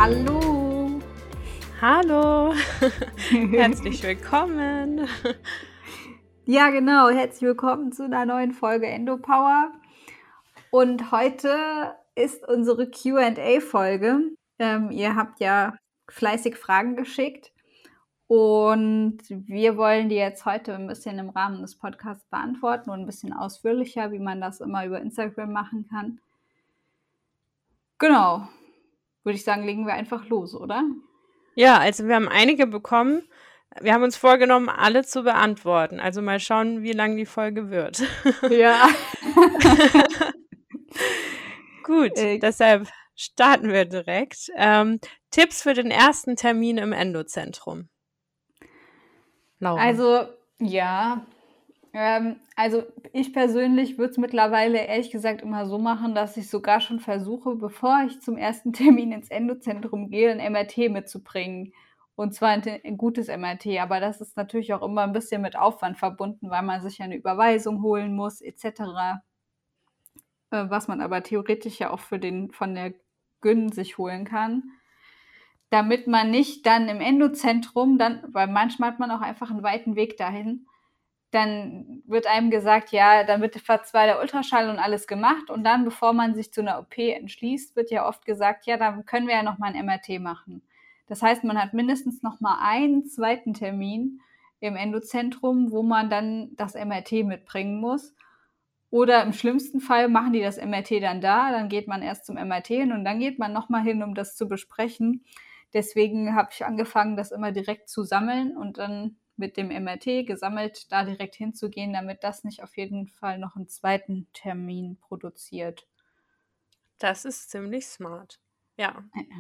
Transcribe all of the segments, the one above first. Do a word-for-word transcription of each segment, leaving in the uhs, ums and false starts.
Hallo. Hallo, herzlich willkommen. Ja, genau. Herzlich willkommen zu einer neuen Folge Endopower. Und heute ist unsere Q and A-Folge. Ähm, ihr habt ja fleißig Fragen geschickt und wir wollen die jetzt heute ein bisschen im Rahmen des Podcasts beantworten und ein bisschen ausführlicher, wie man das immer über Instagram machen kann. Genau. Würde ich sagen, legen wir einfach los, oder? Ja, also wir haben einige bekommen. Wir haben uns vorgenommen, alle zu beantworten. Also mal schauen, wie lang die Folge wird. Ja. Gut, Äh, deshalb starten wir direkt. Ähm, Tipps für den ersten Termin im Endozentrum. Laura. Also, ja. Ähm, also ich persönlich würde es mittlerweile ehrlich gesagt immer so machen, dass ich sogar schon versuche, bevor ich zum ersten Termin ins Endozentrum gehe, ein M R T mitzubringen. Und zwar ein, ein gutes M R T. Aber das ist natürlich auch immer ein bisschen mit Aufwand verbunden, weil man sich ja eine Überweisung holen muss, et cetera. Äh, was man aber theoretisch ja auch für den, von der Gyn sich holen kann. Damit man nicht dann im Endozentrum, dann, weil manchmal hat man auch einfach einen weiten Weg dahin, dann wird einem gesagt, ja, dann wird zwar der Ultraschall und alles gemacht und dann, bevor man sich zu einer O P entschließt, wird ja oft gesagt, ja, dann können wir ja nochmal ein M R T machen. Das heißt, man hat mindestens nochmal einen zweiten Termin im Endozentrum, wo man dann das M R T mitbringen muss. Oder im schlimmsten Fall machen die das M R T dann da, dann geht man erst zum M R T hin und dann geht man nochmal hin, um das zu besprechen. Deswegen habe ich angefangen, das immer direkt zu sammeln und dann mit dem M R T gesammelt da direkt hinzugehen, damit das nicht auf jeden Fall noch einen zweiten Termin produziert. Das ist ziemlich smart. Ja.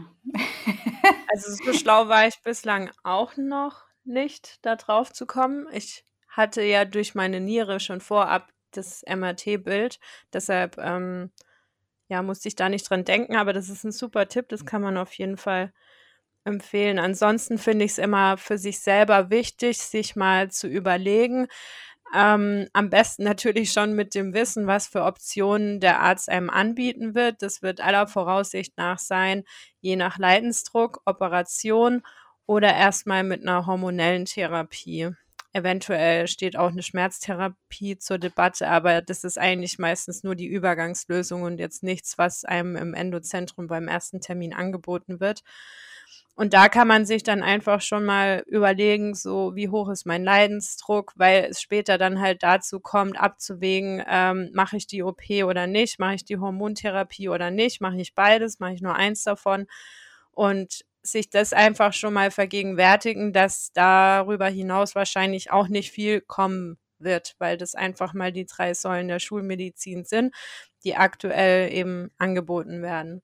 Also so schlau war ich bislang auch noch nicht, da drauf zu kommen. Ich hatte ja durch meine Niere schon vorab das M R T-Bild, deshalb ähm, ja, musste ich da nicht dran denken, aber das ist ein super Tipp, das kann man auf jeden Fall empfehlen. Ansonsten finde ich es immer für sich selber wichtig, sich mal zu überlegen, ähm, am besten natürlich schon mit dem Wissen, was für Optionen der Arzt einem anbieten wird. Das wird aller Voraussicht nach sein, je nach Leidensdruck, Operation oder erstmal mit einer hormonellen Therapie. Eventuell steht auch eine Schmerztherapie zur Debatte, aber das ist eigentlich meistens nur die Übergangslösung und jetzt nichts, was einem im Endozentrum beim ersten Termin angeboten wird. Und da kann man sich dann einfach schon mal überlegen, so wie hoch ist mein Leidensdruck, weil es später dann halt dazu kommt, abzuwägen, ähm, mache ich die O P oder nicht, mache ich die Hormontherapie oder nicht, mache ich beides, mache ich nur eins davon und sich das einfach schon mal vergegenwärtigen, dass darüber hinaus wahrscheinlich auch nicht viel kommen wird, weil das einfach mal die drei Säulen der Schulmedizin sind, die aktuell eben angeboten werden.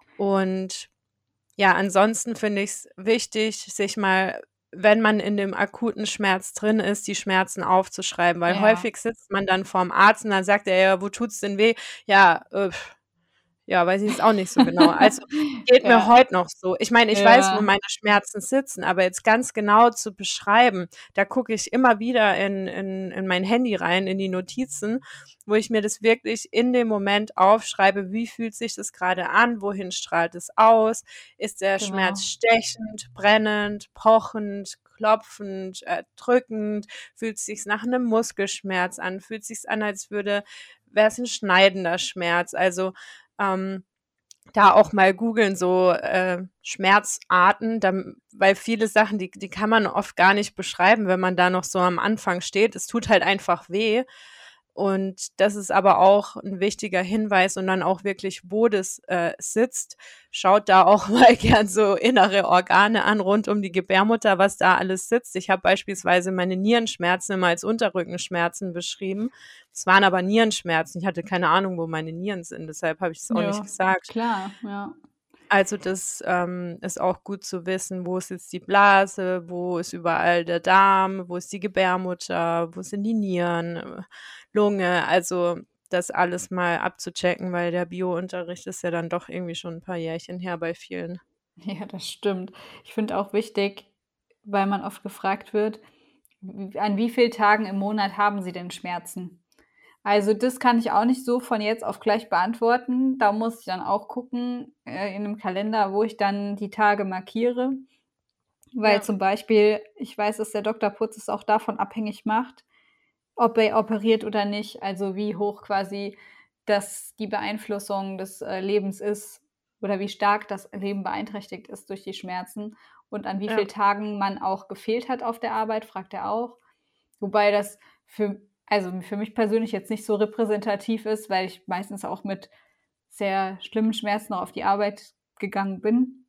Und ja, ansonsten finde ich es wichtig, sich mal, wenn man in dem akuten Schmerz drin ist, die Schmerzen aufzuschreiben, weil Ja. häufig sitzt man dann vorm Arzt und dann sagt er: „Ja, wo tut's denn weh?“ Ja, äh, ja, weiß ich jetzt auch nicht so genau. Also, geht mir Ja. heute noch so. Ich meine, ich weiß, wo Ja. meine Schmerzen sitzen, aber jetzt ganz genau zu beschreiben, da gucke ich immer wieder in in in mein Handy rein, in die Notizen, wo ich mir das wirklich in dem Moment aufschreibe, wie fühlt sich das gerade an, wohin strahlt es aus? Ist der Genau. Schmerz stechend, brennend, pochend, klopfend, äh, drückend? Fühlt sich's nach einem Muskelschmerz an? Fühlt sich's an, als würde wäre es ein schneidender Schmerz? Also, ähm, da auch mal googeln, so äh, Schmerzarten, dann, weil viele Sachen, die, die kann man oft gar nicht beschreiben, wenn man da noch so am Anfang steht. Es tut halt einfach weh. Und das ist aber auch ein wichtiger Hinweis und dann auch wirklich, wo das äh, sitzt. Schaut da auch mal gern so innere Organe an, rund um die Gebärmutter, was da alles sitzt. Ich habe beispielsweise meine Nierenschmerzen immer als Unterrückenschmerzen beschrieben. Es waren aber Nierenschmerzen. Ich hatte keine Ahnung, wo meine Nieren sind, deshalb habe ich es auch nicht Ja, gesagt. klar, ja. Also das ähm, ist auch gut zu wissen, wo ist jetzt die Blase, wo ist überall der Darm, wo ist die Gebärmutter, wo sind die Nieren, äh, Lunge, also das alles mal abzuchecken, weil der Biounterricht ist ja dann doch irgendwie schon ein paar Jährchen her bei vielen. Ja, das stimmt. Ich finde auch wichtig, weil man oft gefragt wird, w an wie vielen Tagen im Monat haben Sie denn Schmerzen? Also, das kann ich auch nicht so von jetzt auf gleich beantworten. Da muss ich dann auch gucken, äh, in 'nem Kalender, wo ich dann die Tage markiere. Weil Ja. zum Beispiel ich weiß, dass der Doktor Putz es auch davon abhängig macht, ob er operiert oder nicht, also wie hoch quasi das die Beeinflussung des, äh, Lebens ist oder wie stark das Leben beeinträchtigt ist durch die Schmerzen und an wie Ja. viel Tagen man auch gefehlt hat auf der Arbeit, fragt er auch. Wobei das für also für mich persönlich jetzt nicht so repräsentativ ist, weil ich meistens auch mit sehr schlimmen Schmerzen noch auf die Arbeit gegangen bin.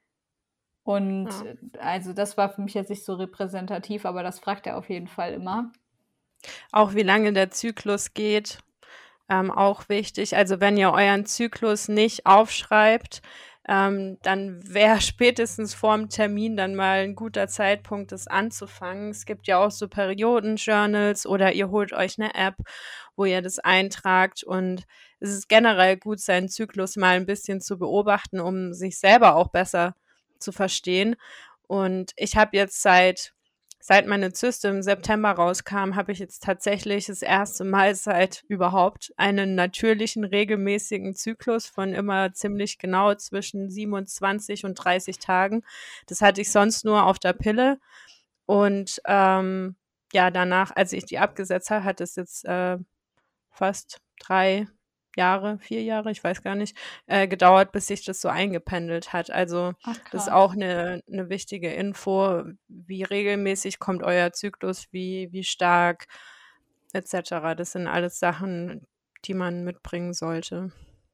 Und, Ja. äh, also das war für mich jetzt nicht so repräsentativ, aber das fragt er auf jeden Fall immer. Auch wie lange der Zyklus geht, ähm, auch wichtig. Also, wenn ihr euren Zyklus nicht aufschreibt, ähm, dann wäre spätestens vorm Termin dann mal 'n guter Zeitpunkt, das anzufangen. Es gibt ja auch so Perioden-Journals oder ihr holt euch 'ne App, wo ihr das eintragt und es ist generell gut, seinen Zyklus mal 'n bisschen zu beobachten, um sich selber auch besser zu verstehen. Und ich habe jetzt seit seit meine Zyste im September rauskam, habe ich jetzt tatsächlich das erste Mal seit überhaupt einen natürlichen, regelmäßigen Zyklus von immer ziemlich genau zwischen siebenundzwanzig und dreißig Tagen. Das hatte ich sonst nur auf der Pille und, ähm, ja, danach, als ich die abgesetzt habe, hat es jetzt, äh, fast drei Jahre, vier Jahre, ich weiß gar nicht, äh, gedauert, bis sich das so eingependelt hat. Also, Ach das ist krass. auch 'ne 'ne wichtige Info. Wie regelmäßig kommt euer Zyklus, wie wie stark et cetera. Das sind alles Sachen, die man mitbringen sollte.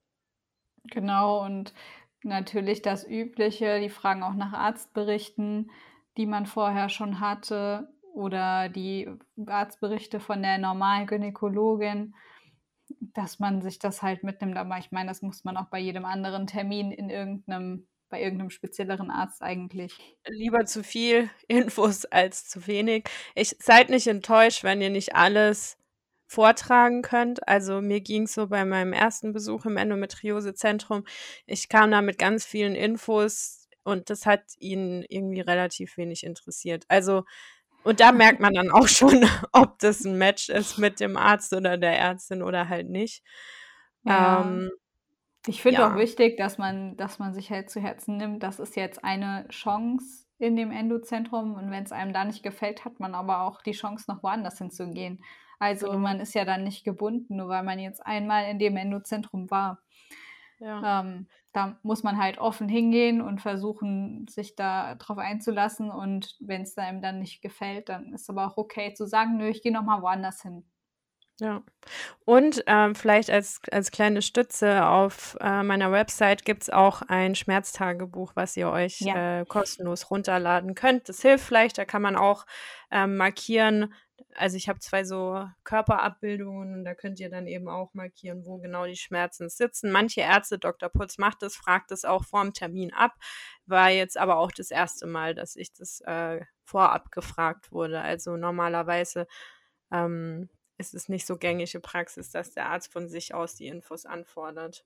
Genau und natürlich das Übliche, die fragen auch nach Arztberichten, die man vorher schon hatte oder die Arztberichte von der normalen Gynäkologin, dass man sich das halt mitnimmt. Aber ich meine, das muss man auch bei jedem anderen Termin in irgend 'nem bei irgend 'nem spezielleren Arzt eigentlich. Lieber zu viel Infos als zu wenig. Ich seid nicht enttäuscht, wenn ihr nicht alles vortragen könnt. Also, mir ging's so bei meinem ersten Besuch im Endometriosezentrum. Ich kam da mit ganz vielen Infos und das hat ihn irgendwie relativ wenig interessiert. Also und da merkt man dann auch schon, ob das 'n Match ist mit dem Arzt oder der Ärztin oder halt nicht. Ja. Ähm, Ich finde auch ja. wichtig, dass man dass man sich halt zu Herzen nimmt, das ist jetzt eine Chance in dem Endozentrum und wenn's einem da nicht gefällt, hat man aber auch die Chance, noch woanders hinzugehen. Also, Genau. man ist ja dann nicht gebunden, nur weil man jetzt einmal in dem Endozentrum war. Ja. Ähm, da muss man halt offen hingehen und versuchen, sich da drauf einzulassen und wenn's einem dann nicht gefällt, dann ist aber auch okay zu sagen: „Nö, ich gehe noch mal woanders hin.“ Ja. Und, ähm, vielleicht als als kleine Stütze auf, äh, meiner Website gibt's auch ein Schmerztagebuch, was ihr euch, Ja. äh, kostenlos runterladen könnt. Das hilft vielleicht, da kann man auch, ähm, markieren also, ich habe zwei so Körperabbildungen und da könnt ihr dann eben auch markieren, wo genau die Schmerzen sitzen. Manche Ärzte Doktor Putz macht das, fragt das auch vorm Termin ab, war jetzt aber auch das erste Mal, dass ich das, äh, vorab gefragt wurde. Also, normalerweise, ähm, ist es nicht so gängige Praxis, dass der Arzt von sich aus die Infos anfordert.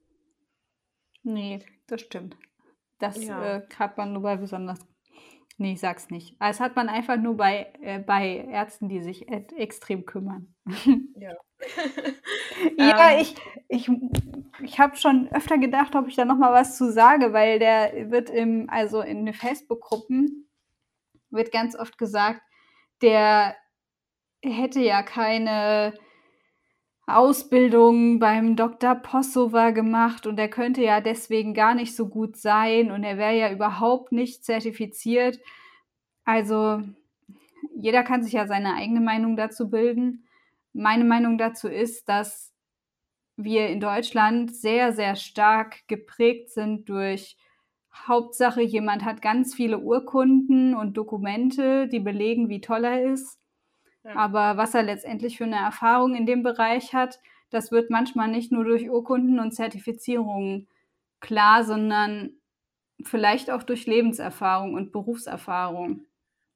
Ne, das stimmt. Das, Ja. äh, hat man nur bei besonders ne, ich sage es nicht. Das hat man einfach nur bei äh, bei Ärzten, die sich et extrem kümmern. Ja. Ja, Ähm ich ich ich habe schon öfter gedacht, ob ich da noch mal was zu sage, weil der wird im also, in den Facebook-Gruppen wird ganz oft gesagt, der hätte ja keine Ausbildung beim Doktor Possover gemacht und er könnte ja deswegen gar nicht so gut sein und er wäre ja überhaupt nicht zertifiziert. Also, jeder kann sich ja seine eigene Meinung dazu bilden. Meine Meinung dazu ist, dass wir in Deutschland sehr, sehr stark geprägt sind durch Hauptsache, jemand hat ganz viele Urkunden und Dokumente, die belegen, wie toll er ist. Ja. Aber was er letztendlich für 'ne Erfahrung in dem Bereich hat, das wird manchmal nicht nur durch Urkunden und Zertifizierungen klar, sondern vielleicht auch durch Lebenserfahrung und Berufserfahrung.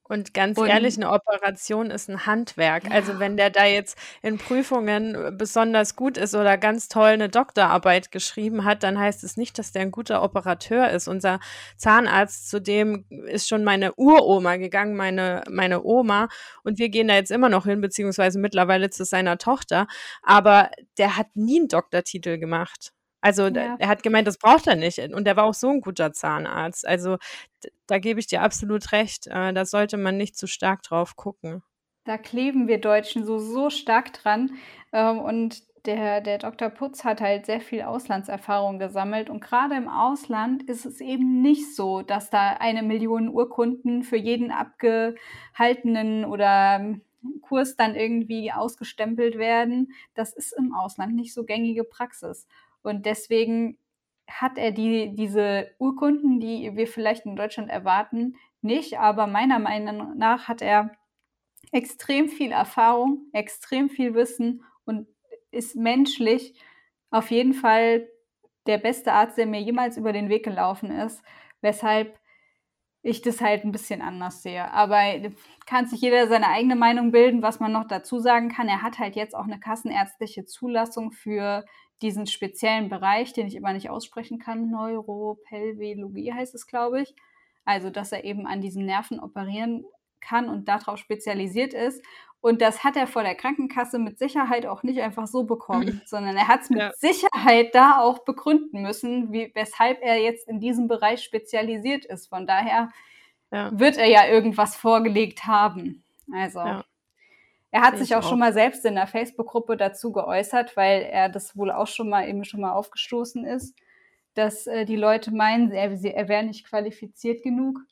Und ganz ehrlich, Und 'ne Operation ist 'n Handwerk. Also, wenn ja. der da jetzt in Prüfungen, äh, besonders gut ist oder ganz toll 'ne Doktorarbeit geschrieben hat, dann heißt es nicht, dass der 'n guter Operateur ist. Unser Zahnarzt, zu dem ist schon meine Uroma gegangen, meine meine Oma, und wir gehen da jetzt immer noch hin, beziehungsweise mittlerweile zu seiner Tochter, aber der hat nie 'n Doktortitel gemacht. Also, d Ja. er hat gemeint, das braucht er nicht, und der war auch so 'n guter Zahnarzt. Also, d da gebe ich dir absolut recht, äh, da sollte man nicht zu stark drauf gucken. Da kleben wir Deutschen so, so stark dran. Ähm, und der der Doktor Putz hat halt sehr viel Auslandserfahrung gesammelt. Und grade im Ausland ist es eben nicht so, dass da eine Million Urkunden für jeden abgehaltenen oder Kurs dann irgendwie ausgestempelt werden. Das ist im Ausland nicht so gängige Praxis. Und deswegen hat er die diese Urkunden, die wir vielleicht in Deutschland erwarten, nicht. Aber meiner Meinung nach hat er extrem viel Erfahrung, extrem viel Wissen und ist menschlich auf jeden Fall der beste Arzt, der mir jemals über den Weg gelaufen ist, weshalb ich das halt 'n bisschen anders sehe. Aber kann sich jeder seine eigene Meinung bilden. Was man noch dazu sagen kann, er hat halt jetzt auch 'ne kassenärztliche Zulassung für diesen speziellen Bereich, den ich immer nicht aussprechen kann. Neuropelviologie heißt es, glaube ich. Also, dass er eben an diesen Nerven operieren kann und da drauf spezialisiert ist. Und das hat er vor der Krankenkasse mit Sicherheit auch nicht einfach so bekommen, sondern er hat's Ja. mit Sicherheit da auch begründen müssen, wie weshalb er jetzt in diesem Bereich spezialisiert ist. Von daher Ja. wird er ja irgendwas vorgelegt haben. Also, Ja. er hat Sehe sich ich auch schon auch mal so. selbst in 'ner Facebook-Gruppe dazu geäußert, weil er das wohl auch schon mal ihm schon mal aufgestoßen ist, dass, äh, die Leute meinen, er sie er wäre nicht qualifiziert genug.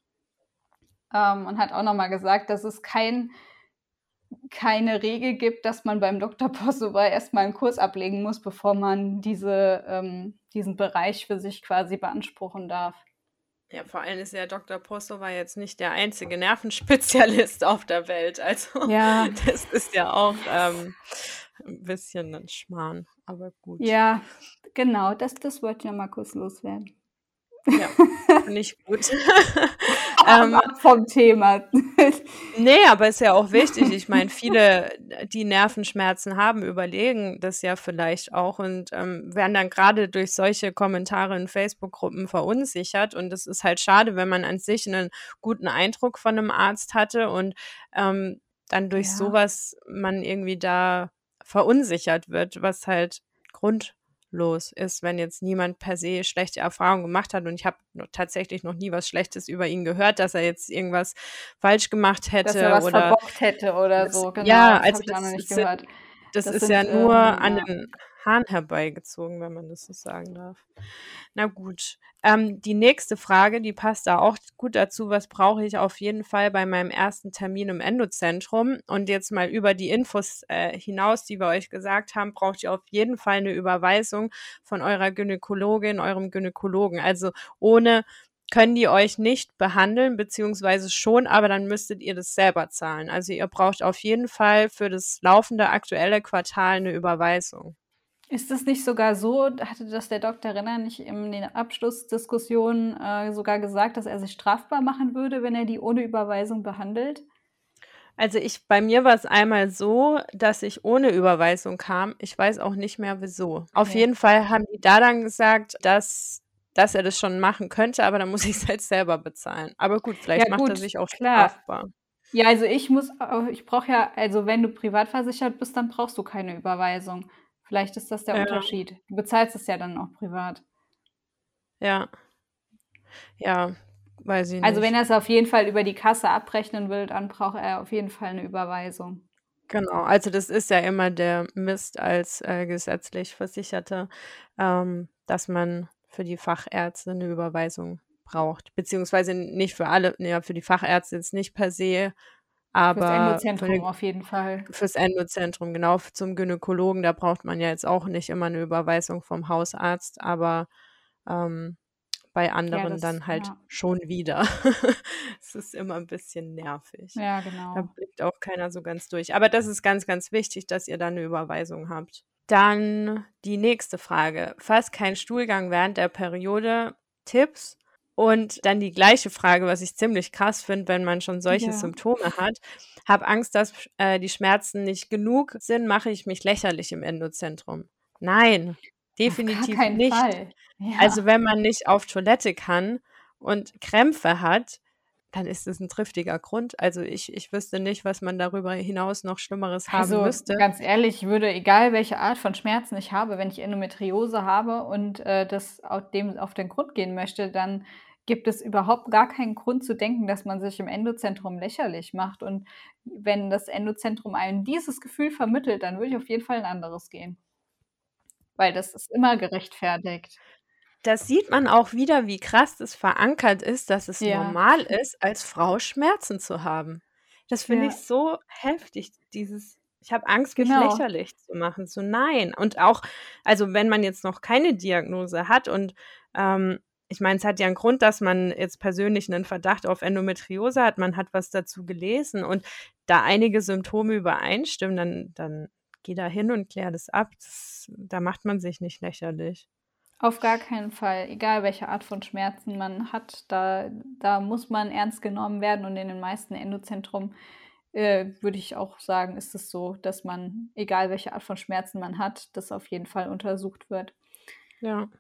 Ähm, und hat auch noch mal gesagt, dass es kein keine Regel gibt, dass man beim Doktor Possowa erst mal 'n Kurs ablegen muss, bevor man diese ähm, diesen Bereich für sich quasi beanspruchen darf. Ja, vor allem ist ja Doktor Possowa jetzt nicht der einzige Nervenspezialist auf der Welt. Also, Ja. das ist ja auch, ähm, 'n bisschen 'nen Schmarrn, aber gut. Ja, genau, das das wollte ich noch mal kurz loswerden. Ja, finde ich gut. Ähm Ab vom Thema. Ne, aber ist ja auch wichtig. Ich meine, viele, die Nervenschmerzen haben, überlegen das ja vielleicht auch und, ähm, werden dann grade durch solche Kommentare in Facebook-Gruppen verunsichert. Und das ist halt schade, wenn man an sich 'nen guten Eindruck von 'nem Arzt hatte und, ähm, dann durch so Ja. was man irgendwie da verunsichert wird, was halt grundlos ist, wenn jetzt niemand per se schlechte Erfahrungen gemacht hat. Und ich habe no tatsächlich noch nie was Schlechtes über ihn gehört, dass er jetzt irgendwas falsch gemacht Dass er hätte was oder verbockt hätte oder das so, genau, ja, das also habe ich auch noch das nicht sind gehört. das Das ist ja sind, nur ähm an ja. den Haaren herbeigezogen, wenn man das so sagen darf. Na gut, ähm, die nächste Frage, die passt da auch gut dazu: „Was brauche ich auf jeden Fall bei meinem ersten Termin im Endozentrum?“ Und jetzt mal über die Infos, äh, hinaus, die wir euch gesagt haben, braucht ihr auf jeden Fall 'ne Überweisung von eurer Gynäkologin, eurem Gynäkologen. Also, ohne können die euch nicht behandeln, beziehungsweise schon, aber dann müsstet ihr das selber zahlen. Also, ihr braucht auf jeden Fall für das laufende aktuelle Quartal 'ne Überweisung. Ist es nicht sogar so, hatte das der Doktor Renner nicht in den Abschlussdiskussionen, äh, sogar gesagt, dass er sich strafbar machen würde, wenn er die ohne Überweisung behandelt? Also, ich bei mir war's einmal so, dass ich ohne Überweisung kam. Ich weiß auch nicht mehr, wieso. Auf Okay. jeden Fall haben die da dann gesagt, dass dass er das schon machen könnte, aber dann muss ich's halt selber bezahlen. Aber gut, Ja vielleicht macht er gut, sich auch klar. strafbar. Ja, also, ich muss au ich brauche ja also, wenn du privat versichert bist, dann brauchst du keine Überweisung. Vielleicht ist das der Ja. Unterschied. Du bezahlst es ja dann auch privat. Ja. Ja, weiß ich Also, wenn nicht. er's auf jeden Fall über die Kasse abrechnen will, dann braucht er auf jeden Fall 'ne Überweisung. Genau, also, das ist ja immer der Mist als, äh, gesetzlich Versicherter, ähm, dass man für die Fachärzte 'ne Überweisung braucht, beziehungsweise nicht für alle ja, für die Fachärzte jetzt nicht per se, Fürs aber für Endozentrum den auf jeden Fall. fürs Endozentrum, genau, f zum Gynäkologen, da braucht man ja jetzt auch nicht immer 'ne Überweisung vom Hausarzt, aber, ähm, bei Ja, anderen das dann halt ja. schon wieder. Es ist immer 'n bisschen nervig. Ja, Da genau. blickt auch keiner so ganz durch. Aber das ist ganz, ganz wichtig, dass ihr da 'ne Überweisung habt. Dann die nächste Frage: „Fast kein Stuhlgang während der Periode. Tipps?“ Und dann die gleiche Frage, was ich ziemlich krass finde, wenn man schon solche Ja. Symptome hat: „Habe Angst, dass, äh, die Schmerzen nicht genug sind, mache ich mich lächerlich im Endozentrum?“ Nein, Auf gar definitiv keinen nicht. Fall. Also, Ja. wenn man nicht auf Toilette kann und Krämpfe hat, dann ist das 'n triftiger Grund. Also, ich ich wüsste nicht, was man darüber hinaus noch Schlimmeres haben Also, müsste. ganz ehrlich, ich würde, egal welche Art von Schmerzen ich habe, wenn ich Endometriose habe und, äh, das au dem auf den Grund gehen möchte, dann gibt es überhaupt gar keinen Grund zu denken, dass man sich im Endozentrum lächerlich macht. Und wenn das Endozentrum einem dieses Gefühl vermittelt, dann würde ich auf jeden Fall 'n anderes gehen. Weil das ist immer gerechtfertigt. Das sieht man auch wieder, wie krass das verankert ist, dass es Ja. normal ist, als Frau Schmerzen zu haben. Das finde ich Ja. so heftig, dieses: „Ich habe Angst, mich Genau. lächerlich zu machen“, so nein. Und auch also, wenn man jetzt noch keine Diagnose hat und, ähm ich meine, es hat ja 'n Grund, dass man jetzt persönlich 'nen Verdacht auf Endometriose hat. Man hat was dazu gelesen und da einige Symptome übereinstimmen, dann dann geh da hin und klär das ab. Das da macht man sich nicht lächerlich. Auf gar keinen Fall, egal welche Art von Schmerzen man hat, da da muss man ernst genommen werden und in den meisten Endozentrum, äh, würde ich auch sagen, ist es so, dass man, egal welche Art von Schmerzen man hat, das auf jeden Fall untersucht wird. Ja.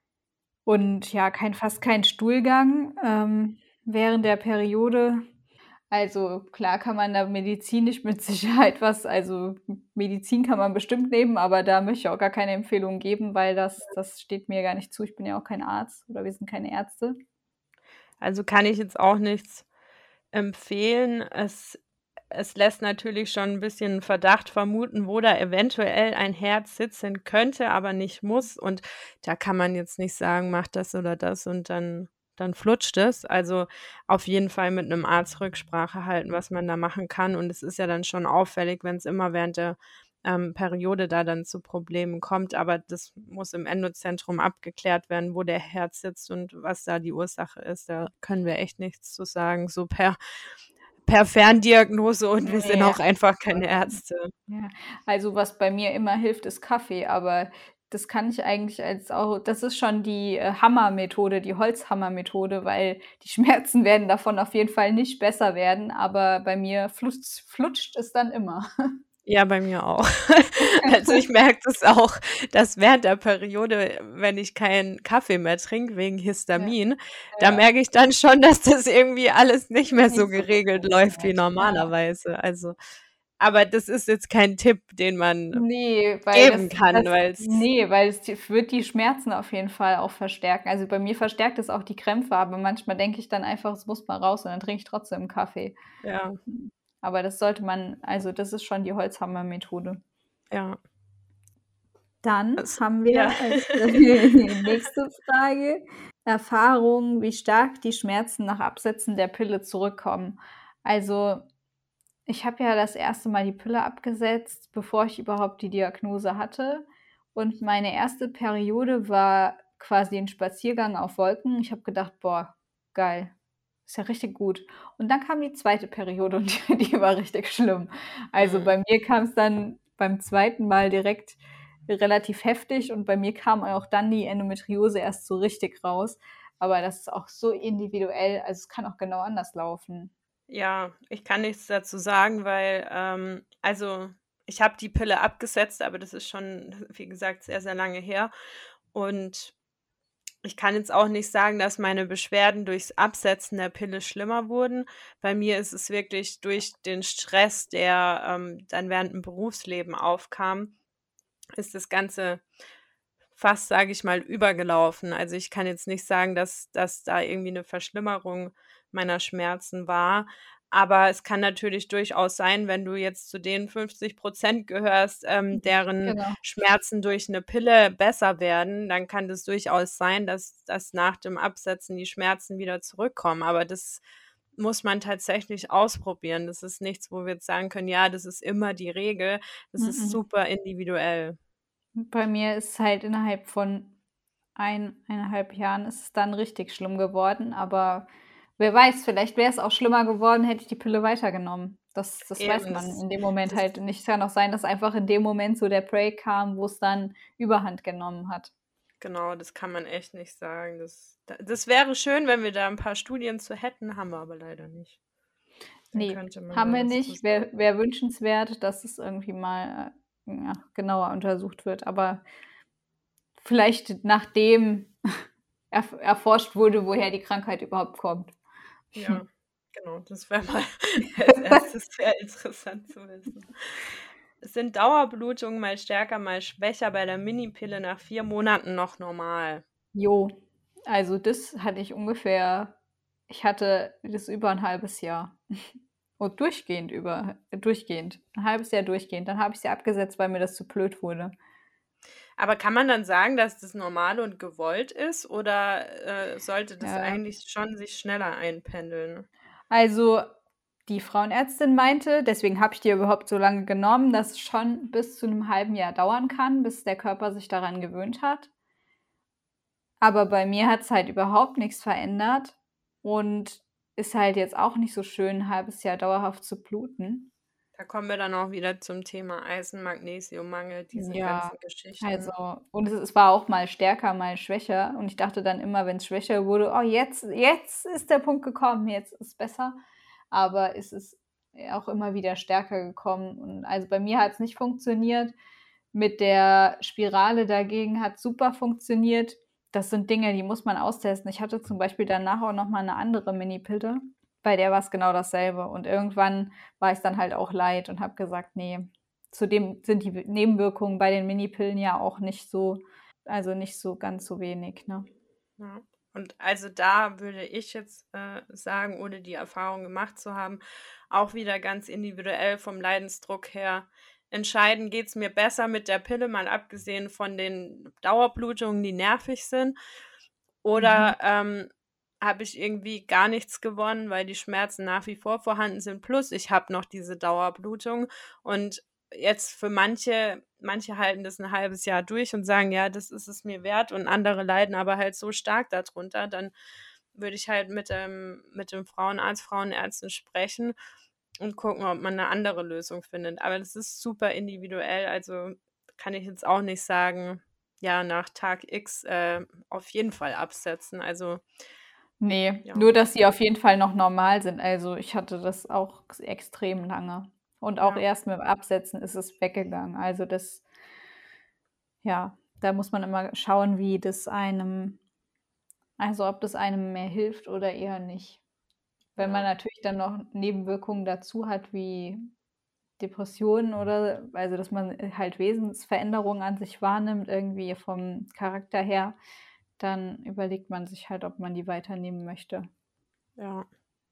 Und ja, kein fast kein Stuhlgang, ähm, während der Periode. Also, klar kann man da medizinisch mit Sicherheit was also, M Medizin kann man bestimmt nehmen, aber da möchte ich auch gar keine Empfehlung geben, weil das das steht mir gar nicht zu. Ich bin ja auch kein Arzt oder wir sind keine Ärzte. Also, kann ich jetzt auch nichts empfehlen. Es es lässt natürlich schon 'n bisschen Verdacht vermuten, wo da eventuell ein Herz sitzen könnte, aber nicht muss. Und da kann man jetzt nicht sagen: „Mach das oder das und dann dann flutscht es.“ Also, auf jeden Fall mit 'nem Arzt Rücksprache halten, was man da machen kann. Und es ist ja dann schon auffällig, wenn's immer während der, ähm, Periode da dann zu Problemen kommt. Aber das muss im Endozentrum abgeklärt werden, wo der Herd sitzt und was da die Ursache ist. Da können wir echt nichts zu sagen, so per per Ferndiagnose und wir sind Ne, auch einfach keine Ärzte. ja. Also, was bei mir immer hilft, ist Kaffee, aber das kann ich eigentlich als auch das ist schon die, äh, Hammermethode, die Holzhammermethode, weil die Schmerzen werden davon auf jeden Fall nicht besser werden, aber bei mir flutz flutscht es dann immer. Ja, bei mir auch. Also, ich merke das auch, dass während der Periode, wenn ich keinen Kaffee mehr trinke wegen Ja, Histamin, da ja. merke ich dann schon, dass das irgendwie alles nicht mehr so Nicht so gut geregelt läuft wie funktioniert, ja. normalerweise. Also aber das ist jetzt kein Tipp, den man Ne, weil geben das kann, das weil's ne, weil es die wird die Schmerzen auf jeden Fall auch verstärken. Also, bei mir verstärkt es auch die Krämpfe, aber manchmal denke ich dann einfach, es muss mal raus und dann trinke ich trotzdem 'n Kaffee. Ja. Hm, aber das sollte man also, das ist schon die Holzhammermethode. Ja. Dann Es haben ja. wir als nächste Frage Erfahrungen, wie stark die Schmerzen nach Absetzen der Pille zurückkommen. Also, ich habe ja das erste Mal die Pille abgesetzt, bevor ich überhaupt die Diagnose hatte. Und meine erste Periode war quasi 'n Spaziergang auf Wolken. Ich habe gedacht: „Boah, geil, ist ja richtig gut.“ Und dann kam die zweite Periode und die die war richtig schlimm. Also, Mhm. bei mir kam's dann beim zweiten Mal direkt relativ heftig und bei mir kam auch dann die Endometriose erst so richtig raus. Aber das ist auch so individuell, also, es kann auch genau anders laufen. Ja, ich kann nichts dazu sagen, weil, ähm also, ich habe die Pille abgesetzt, aber das ist schon, wie gesagt, sehr, sehr lange her. Und ich kann jetzt auch nicht sagen, dass meine Beschwerden durchs Absetzen der Pille schlimmer wurden. Bei mir ist es wirklich durch den Stress, der, ähm, dann während 'm Berufsleben aufkam, ist das Ganze fast, sage ich mal, übergelaufen. Also, ich kann jetzt nicht sagen, dass dass da irgendwie 'ne Verschlimmerung meiner Schmerzen war. Aber es kann natürlich durchaus sein, wenn du jetzt zu den fünfzig Prozent gehörst, ähm, Mhm, deren genau. Schmerzen durch 'ne Pille besser werden, dann kann das durchaus sein, dass dass nach dem Absetzen die Schmerzen wieder zurückkommen. Aber das muss man tatsächlich ausprobieren. Das ist nichts, wo wir jetzt sagen können: „Ja, das ist immer die Regel.“ Das ist Mm. super individuell. Bei mir ist halt innerhalb von ein eineinhalb Jahren ist es dann richtig schlimm geworden, aber wer weiß, vielleicht wäre es auch schlimmer geworden, hätte ich die Pille weitergenommen. Das das weiß Eben, man das in dem Moment das halt nicht. Es kann auch sein, dass einfach in dem Moment so der Break kam, wo's dann Überhand genommen hat. Genau, das kann man echt nicht sagen. Das da das wäre schön, wenn wir da ein paar Studien zu hätten, haben wir aber leider nicht. Dann Ne, könnte man haben da wir was zu nicht. Wäre sagen. wäre wünschenswert, dass es irgendwie mal, äh, ja, genauer untersucht wird, aber vielleicht nachdem erf erforscht wurde, woher die Krankheit überhaupt kommt. Ja, genau, das wäre mal als erstes sehr interessant zu wissen. Sind Dauerblutungen mal stärker, mal schwächer bei der Minipille nach vier Monaten noch normal? Jo, also das hatte ich ungefähr ich hatte das über 'n halbes Jahr und durchgehend über durchgehend, 'n halbes Jahr durchgehend. Dann habe ich sie abgesetzt, weil mir das zu blöd wurde. Aber kann man dann sagen, dass das normal und gewollt ist oder, äh, sollte das Ja. eigentlich schon sich schneller einpendeln? Also, die Frauenärztin meinte, deswegen habe ich die überhaupt so lange genommen, dass es schon bis zu 'nem halben Jahr dauern kann, bis der Körper sich daran gewöhnt hat. Aber bei mir hat's halt überhaupt nix verändert und ist halt jetzt auch nicht so schön, 'n halbes Jahr dauerhaft zu bluten. Da kommen wir dann auch wieder zum Thema Eisen, Magnesiummangel, diese Ja, ganzen Geschichten. also und es es war auch mal stärker, mal schwächer und ich dachte dann immer, wenn's schwächer wurde: „Oh, jetzt jetzt ist der Punkt gekommen, jetzt ist besser.“ Aber es ist, äh, auch immer wieder stärker gekommen und also, bei mir hat's nicht funktioniert. Mit der Spirale dagegen hat's super funktioniert. Das sind Dinge, die muss man austesten. Ich hatte zum Beispiel danach auch noch mal 'ne andere Minipille, bei der war's genau dasselbe und irgendwann war ich's dann halt auch leid und habe gesagt: „Ne.“ Zudem sind die W Nebenwirkungen bei den Minipillen ja auch nicht so also, nicht so ganz so wenig, ne? Ja. Und also, da würde ich jetzt, äh, sagen, ohne die Erfahrung gemacht zu haben, auch wieder ganz individuell vom Leidensdruck her entscheiden: Geht's mir besser mit der Pille, mal abgesehen von den Dauerblutungen, die nervig sind, Mhm. oder, ähm, habe ich irgendwie gar nichts gewonnen, weil die Schmerzen nach wie vor vorhanden sind, plus ich habe noch diese Dauerblutung. Und jetzt für manche manche halten das 'n halbes Jahr durch und sagen: „Ja, das ist es mir wert“, und andere leiden aber halt so stark da drunter. Dann würde ich halt mit dem mit dem Frauenarzt, Frauenärztin sprechen und gucken, ob man 'ne andere Lösung findet. Aber das ist super individuell, also, kann ich jetzt auch nicht sagen: „Ja, nach Tag X, äh, auf jeden Fall absetzen.“ Also Ne, ja. nur dass sie auf jeden Fall noch normal sind. Also, ich hatte das auch x extrem lange und auch Ja. erst mit dem Absetzen ist es weggegangen. Also, das ja, da muss man immer schauen, wie das einem also, ob das einem mehr hilft oder eher nicht. Wenn man Ja. natürlich dann noch Nebenwirkungen dazu hat wie Depressionen oder also, dass man, äh, halt Wesensveränderungen an sich wahrnimmt, irgendwie vom Charakter her, dann überlegt man sich halt, ob man die weiternehmen möchte. Ja.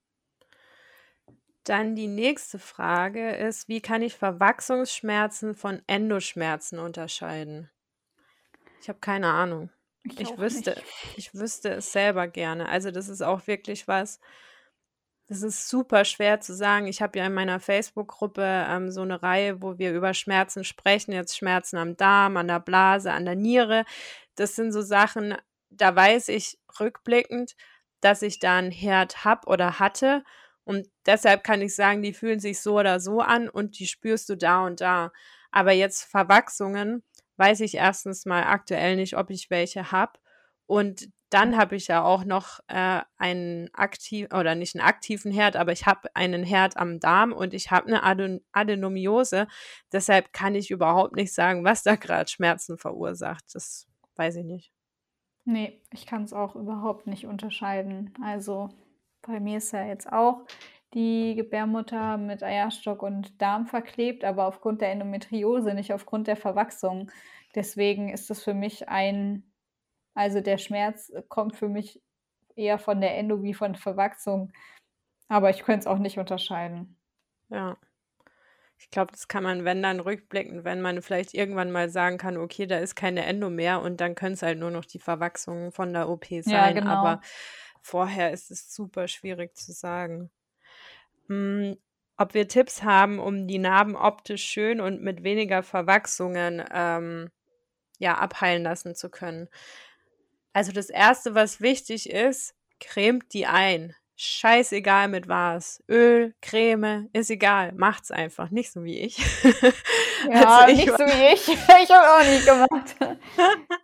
Dann die nächste Frage ist: „Wie kann ich Verwachsungsschmerzen von Endoschmerzen unterscheiden?“ Ich habe keine Ahnung. Ich Ich auch nicht. wüsste ich wüsste es selber gerne. Also, das ist auch wirklich was das ist super schwer zu sagen. Ich habe ja in meiner Facebook-Gruppe, ähm, so 'ne Reihe, wo wir über Schmerzen sprechen, jetzt Schmerzen am Darm, an der Blase, an der Niere. Das sind so Sachen, da weiß ich rückblickend, dass ich da 'n Herd habe oder hatte und deshalb kann ich sagen, die fühlen sich so oder so an und die spürst du da und da. Aber jetzt Verwachsungen weiß ich erstens mal aktuell nicht, ob ich welche habe und dann habe ich ja auch noch, äh, einen akti oder nicht 'n aktiven Herd, aber ich habe einen Herd am Darm und ich habe 'ne Aden Adenomiose. Deshalb kann ich überhaupt nicht sagen, was da grad Schmerzen verursacht. Das weiß ich nicht. Ne, ich kann's auch überhaupt nicht unterscheiden. Also, bei mir ist ja jetzt auch die Gebärmutter mit Eierstock und Darm verklebt, aber aufgrund der Endometriose, nicht aufgrund der Verwachsung. Deswegen ist das für mich ein also, der Schmerz, äh, kommt für mich eher von der Endo wie von Verwachsung, aber ich könnte es auch nicht unterscheiden. Ja. Ich glaube, das kann man, wenn dann rückblickend wenn man vielleicht irgendwann mal sagen kann: „Okay, da ist keine Endo mehr“, und dann können's halt nur noch die Verwachsungen von der OP Ja, sein, aber genau. vorher ist es super schwierig zu sagen. Hm, ob wir Tipps haben, um die Narben optisch schön und mit weniger Verwachsungen, ähm, ja, abheilen lassen zu können. Also, das Erste, was wichtig ist: Cremt die ein. Scheißegal mit was. Öl, Creme, ist egal. Macht's einfach, nicht so wie ich. Also, Ja, ich nicht war so wie ich. Ich habe auch nicht gemacht.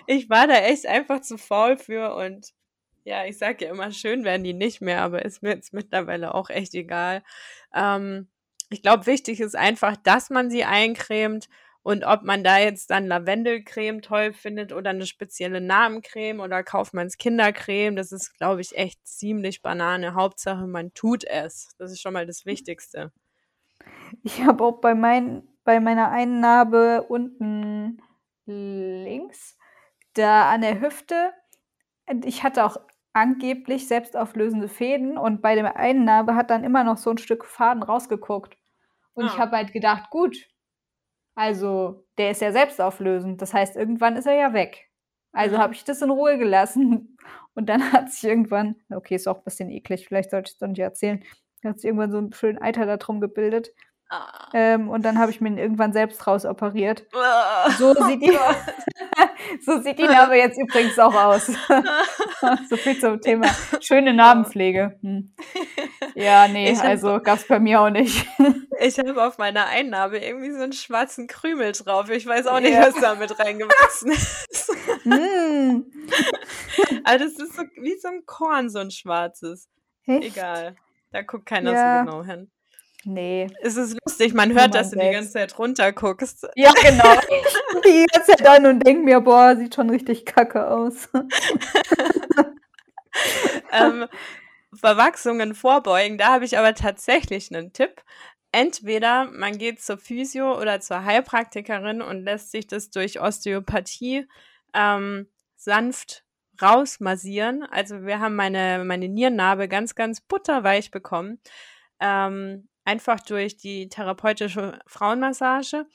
ich war da echt einfach zu faul für und ja, ich sage ja immer, schön werden die nicht mehr, aber ist mir jetzt mittlerweile auch echt egal. Ähm, ich glaube, wichtig ist einfach, dass man sie eincremt und ob man da jetzt dann Lavendelcreme toll findet oder eine spezielle Namencreme oder Kaufmanns Kindercreme, das ist, glaube ich, echt ziemlich Banane. Hauptsache, man tut es. Das ist schon mal das Wichtigste. Ich habe auch bei meinen bei meiner einen Narbe unten links, da an der Hüfte und ich hatte auch angeblich selbstauflösende Fäden und bei der einen Narbe hat dann immer noch so 'n Stück Faden rausgeguckt. Und ich Ah. habe halt gedacht: „Gut, also der ist ja selbstauflösend, das heißt, irgendwann ist er ja weg.“ Also Mhm. habe ich das in Ruhe gelassen und dann hat sich irgendwann okay, ist auch bisschen eklig, vielleicht sollte ich's doch nicht erzählen. Da hat sich irgendwann so 'n schönen Eiter da drum gebildet. Ah. Ähm, und dann habe ich mir ihn irgendwann selbst rausoperiert. Oh So sieht die Gott. so sieht die Narbe jetzt übrigens auch aus. So viel zum Thema schöne Oh. Narbenpflege. Mhm. Ja, ne, Ich habe also gab's bei mir auch nicht. ich habe auf meiner einen Narbe irgendwie so 'n schwarzen Krümel drauf. Ich weiß auch nicht, Ja. was da mit reingewachsen ist. Hm. Aber das ist so wie so 'n Korn, so 'n schwarzes. Echt? Egal, da guckt keiner so Ja. genau hin. Ne. Es ist lustig, man Nur hört, dass man du die ganze selbst. Zeit runter guckst. Ja, genau. Ich gucke die ganze Zeit an und denke mir: „Boah, sieht schon richtig kacke aus.“ Ähm, Verwachsungen vorbeugen, da habe ich aber tatsächlich 'nen Tipp. Entweder man geht zur Physio oder zur Heilpraktikerin und lässt sich das durch Osteopathie, ähm, sanft rausmassieren. Also, wir haben meine meine Nierennarbe ganz, ganz butterweich bekommen, ähm, einfach durch die therapeutische Frauenmassage.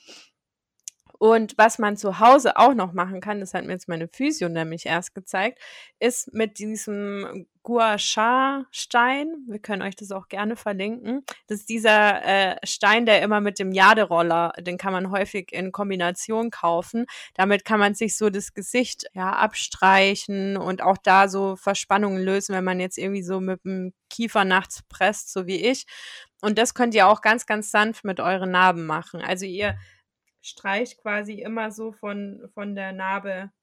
Und was man zu Hause auch noch machen kann, das hat mir jetzt meine Physio nämlich erst gezeigt, ist mit diesem Gua-Sha-Stein, wir können euch das auch gerne verlinken, das ist dieser, äh, Stein, der immer mit dem Jaderoller den kann man häufig in Kombination kaufen. Damit kann man sich so das Gesicht, ja, abstreichen und auch da so Verspannungen lösen, wenn man jetzt irgendwie so mit'm Kiefer nachts presst, so wie ich. Und das könnt ihr auch ganz, ganz sanft mit euren Narben machen. Also, ihr streicht quasi immer so von von der Narbe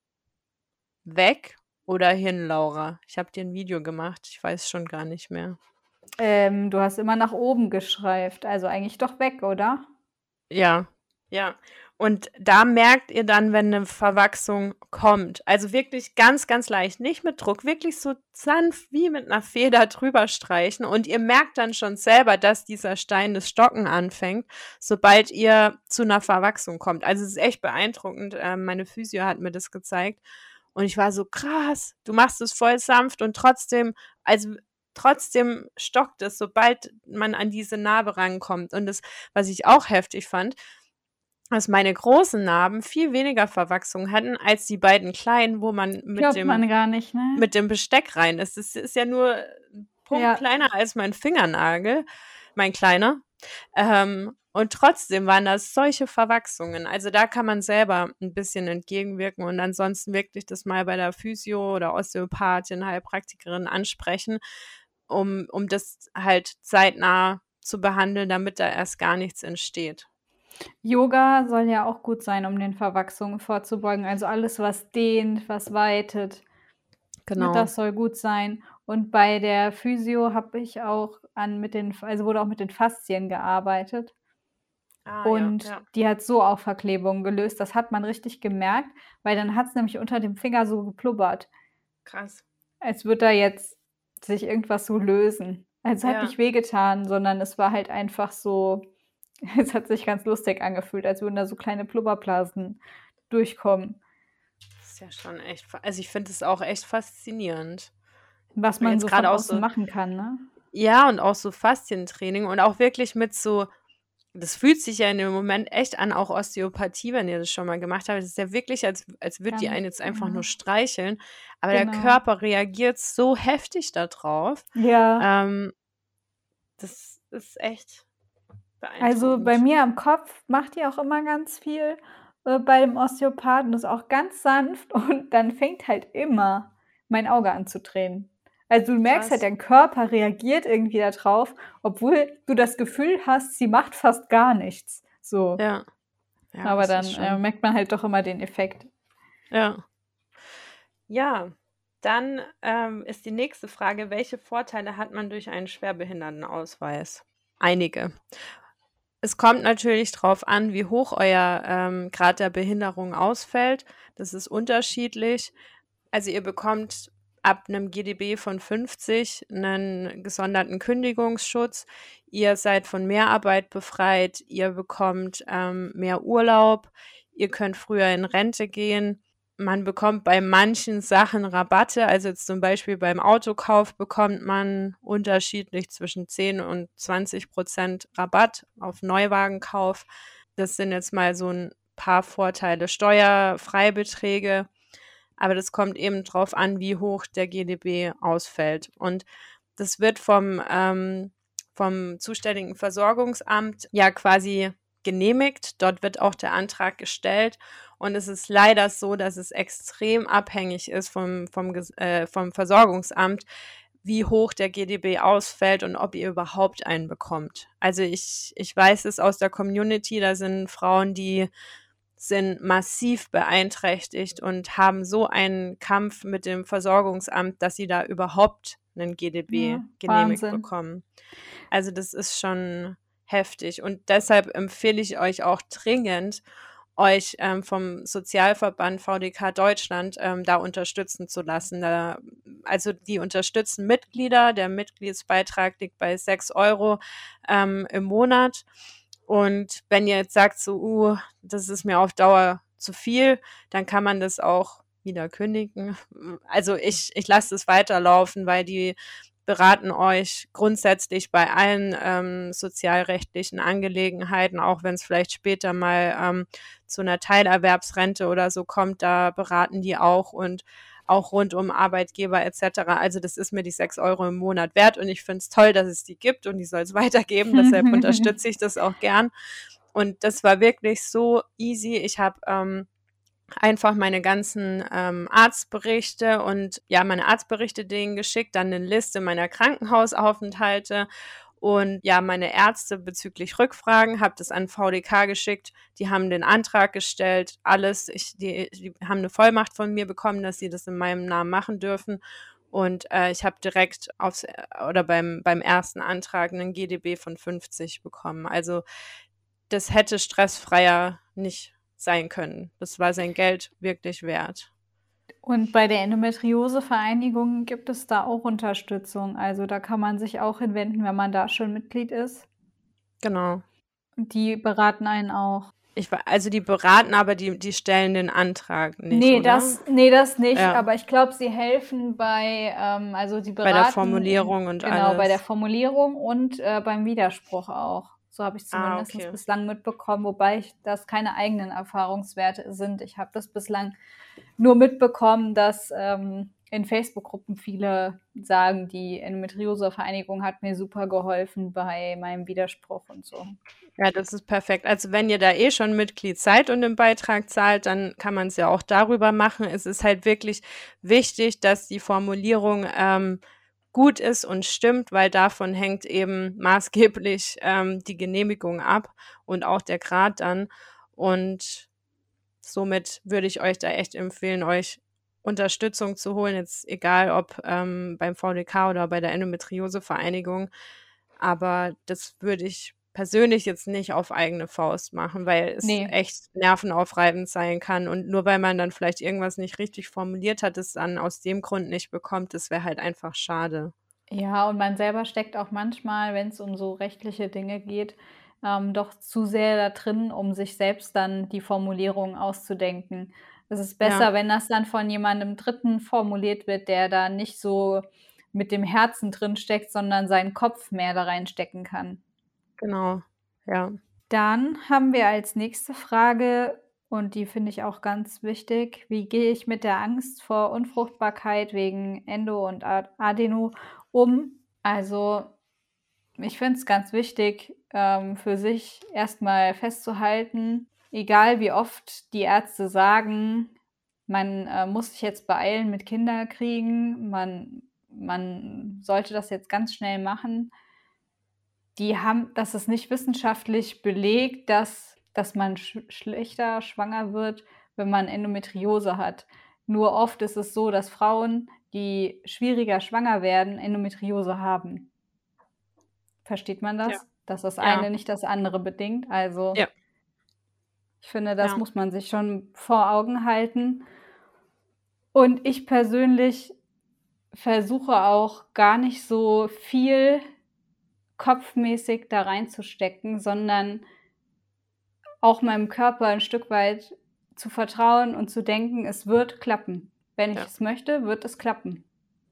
weg oder hin, Laura? Ich habe dir 'n Video gemacht, ich weiß schon gar nicht mehr. Ähm, du hast immer nach oben geschreift, also eigentlich doch weg, oder? Ja, ja. Und da merkt ihr dann, wenn 'ne Verwachsung kommt. Also, wirklich ganz, ganz leicht, nicht mit Druck, wirklich so sanft wie mit 'ner Feder drüber streichen und ihr merkt dann schon selber, dass dieser Stein das Stocken anfängt, sobald ihr zu 'ner Verwachsung kommt. Also, es ist echt beeindruckend. Ähm, meine Physio hat mir das gezeigt und ich war so: „Krass, du machst es voll sanft und trotzdem also, trotzdem stockt es, sobald man an diese Narbe rankommt.“ Und das, was ich auch heftig fand, dass meine großen Narben viel weniger Verwachsung hatten als die beiden kleinen, wo man mit Glaubt dem man gar nicht, ne? mit dem Besteck rein ist. Das ist ja nur 'n Punkt Ja. kleiner als mein Fingernagel, mein kleiner. Ähm, und trotzdem waren das solche Verwachsungen. Also, da kann man selber 'n bisschen entgegenwirken und ansonsten wirklich das mal bei der Physio oder Osteopathin, Heilpraktikerin ansprechen, um um das halt zeitnah zu behandeln, damit da erst gar nichts entsteht. Yoga soll ja auch gut sein, um den Verwachsungen vorzubeugen. Also, alles, was dehnt, was weitet, ne, Genau. das soll gut sein. Und bei der Physio habe ich auch an mit den F also, wurde auch mit den Faszien gearbeitet. Ah ja, Und ja. die hat so auch Verklebungen gelöst. Das hat man richtig gemerkt, weil dann hat's nämlich unter dem Finger so geblubbert. Krass. Als würde da jetzt sich irgendwas so lösen. Also, hat Ja. nicht wehgetan, sondern es war halt einfach so es hat sich ganz lustig angefühlt, als würden da so kleine Blubberblasen durchkommen. Das ist ja schon echt fa also, ich finde es auch echt faszinierend. Was Und man jetzt so von grade auch außen so machen kann, ne? ja, und auch so Faszientraining und auch wirklich mit so das fühlt sich ja in dem Moment echt an, auch Osteopathie, wenn ihr das schon mal gemacht habt. Das ist ja wirklich, als als würde die Ganz einen jetzt einfach nur genau. streicheln, aber der Genau. Körper reagiert so heftig da drauf. Ja. Ähm das ist echt Also, bei beeindruckend. mir am Kopf macht die auch immer ganz viel, äh, bei dem Osteopathen, ist auch ganz sanft und dann fängt halt immer mein Auge an zu tränen. Also, du merkst halt, Krass. dein Körper reagiert irgendwie da drauf, obwohl du das Gefühl hast, sie macht fast gar nichts, so. Ja. Ja, Aber das ist dann, äh, schon merkt man halt doch immer den Effekt. Ja. Ja, dann, ähm, ist die nächste Frage: Welche Vorteile hat man durch einen Schwerbehindertenausweis? Einige. Es kommt natürlich drauf an, wie hoch euer, ähm, Grad der Behinderung ausfällt. Das ist unterschiedlich. Also, ihr bekommt ab 'nem G D B von fünfzig 'nen gesonderten Kündigungsschutz. Ihr seid von Mehrarbeit befreit. Ihr bekommt, ähm, mehr Urlaub. Ihr könnt früher in Rente gehen. Man bekommt bei manchen Sachen Rabatte. Also, jetzt zum Beispiel beim Autokauf bekommt man unterschiedlich zwischen zehn und zwanzig Prozent Rabatt auf Neuwagenkauf. Das sind jetzt mal so 'n paar Vorteile. Steuerfreibeträge, aber das kommt eben drauf an, wie hoch der G D B ausfällt. Und das wird vom, ähm vom zuständigen Versorgungsamt ja quasi genehmigt. Dort wird auch der Antrag gestellt. Und es ist leider so, dass es extrem abhängig ist vom vom Ges äh, vom Versorgungsamt, wie hoch der G D B ausfällt und ob ihr überhaupt einen bekommt. Also, ich ich weiß es aus der Community, da sind Frauen, die sind massiv beeinträchtigt und haben so einen Kampf mit dem Versorgungsamt, dass sie da überhaupt 'nen G D B Ja, genehmigt Wahnsinn. bekommen. Also, das ist schon heftig und deshalb empfehle ich euch auch dringend, euch, ähm, vom Sozialverband V D K Deutschland, ähm, da unterstützen zu lassen. Da also, die unterstützen Mitglieder. Der Mitgliedsbeitrag liegt bei sechs Euro ähm, im Monat. Und wenn ihr jetzt sagt so: „Uh, das ist mir auf Dauer zu viel“, dann kann man das auch wieder kündigen. Also, ich ich lasse es weiterlaufen, weil die beraten euch grundsätzlich bei allen, ähm, sozialrechtlichen Angelegenheiten, auch wenn's vielleicht später mal, ähm, zu 'ner Teilerwerbsrente oder so kommt, da beraten die auch und auch rund um Arbeitgeber et cetera. Also, das ist mir die sechs Euro im Monat wert und ich finde es toll, dass es die gibt und ich soll es weitergeben. Deshalb unterstütze ich das auch gern. Und das war wirklich so easy. Ich habe, ähm, einfach meine ganzen, ähm, Arztberichte und ja, meine Arztberichte denen geschickt, dann 'ne Liste meiner Krankenhausaufenthalte und ja, meine Ärzte bezüglich Rückfragen, habe das an V D K geschickt. Die haben den Antrag gestellt, alles. Ich die die haben 'ne Vollmacht von mir bekommen, dass sie das in meinem Namen machen dürfen. Und, äh, ich habe direkt aufs äh, oder beim beim ersten Antrag 'nen G D B von fünfzig bekommen. Also, das hätte stressfreier nicht sein können. Das war sein Geld wirklich wert. Und bei der Endometriose-Vereinigung gibt es da auch Unterstützung? Also, da kann man sich auch hinwenden, wenn man da schon Mitglied ist? Genau. Und die beraten einen auch? Ich wa also, die beraten, aber die die stellen den Antrag nicht, Ne, oder? das ne, das nicht, Ja. aber ich glaube, sie helfen bei ähm, also, sie Bei der beraten in Formulierung und genau, bei der alles. Formulierung und, äh, beim Widerspruch auch. So habe ich's Ah, zumindest okay. bislang mitbekommen, wobei ich das keine eigenen Erfahrungswerte sind. Ich habe das bislang nur mitbekommen, dass, ähm, in Facebook-Gruppen viele sagen, die Endometriose-Vereinigung hat mir super geholfen bei meinem Widerspruch und so. Ja, das ist perfekt. Also, wenn ihr da eh schon Mitglied seid und den Beitrag zahlt, dann kann man's ja auch darüber machen. Es ist halt wirklich wichtig, dass die Formulierung, ähm, gut ist und stimmt, weil davon hängt eben maßgeblich, ähm, die Genehmigung ab und auch der Grad dann. Und somit würde ich euch da echt empfehlen, euch Unterstützung zu holen, jetzt egal ob, ähm, beim V D K oder bei der Endometriose-Vereinigung. Aber das würde ich persönlich jetzt nicht auf eigene Faust machen, weil es Ne. echt nervenaufreibend sein kann. Und nur weil man dann vielleicht irgendwas nicht richtig formuliert hat, es dann aus dem Grund nicht bekommt, das wäre halt einfach schade. Ja, und man selber steckt auch manchmal, wenn's um so rechtliche Dinge geht, ähm, doch zu sehr da drin, um sich selbst dann die Formulierung auszudenken. Es ist Ja. besser, wenn das dann von jemandem Dritten formuliert wird, der da nicht so mit dem Herzen drinsteckt, sondern seinen Kopf mehr da reinstecken kann. Genau, ja. Dann haben wir als nächste Frage und die finde ich auch ganz wichtig: Wie gehe ich mit der Angst vor Unfruchtbarkeit wegen Endo und Ad Adeno um? Also, ich finde es ganz wichtig, ähm, für sich erst mal festzuhalten, egal wie oft die Ärzte sagen, man, äh, muss sich jetzt beeilen mit Kinderkriegen, man man sollte das jetzt ganz schnell machen. Die haben das ist nicht wissenschaftlich belegt, dass dass man sch schlechter schwanger wird, wenn man Endometriose hat. Nur oft ist es so, dass Frauen, die schwieriger schwanger werden, Endometriose haben. Versteht man Ja. das? Dass das Ja. eine nicht das andere bedingt. Also Ja. ich finde, das Ja. muss man sich schon vor Augen halten. Und ich persönlich versuche auch gar nicht so viel kopfmäßig da reinzustecken, sondern auch meinem Körper 'n Stück weit zu vertrauen und zu denken: „Es wird klappen. Wenn ich Ja. es möchte, wird es klappen.“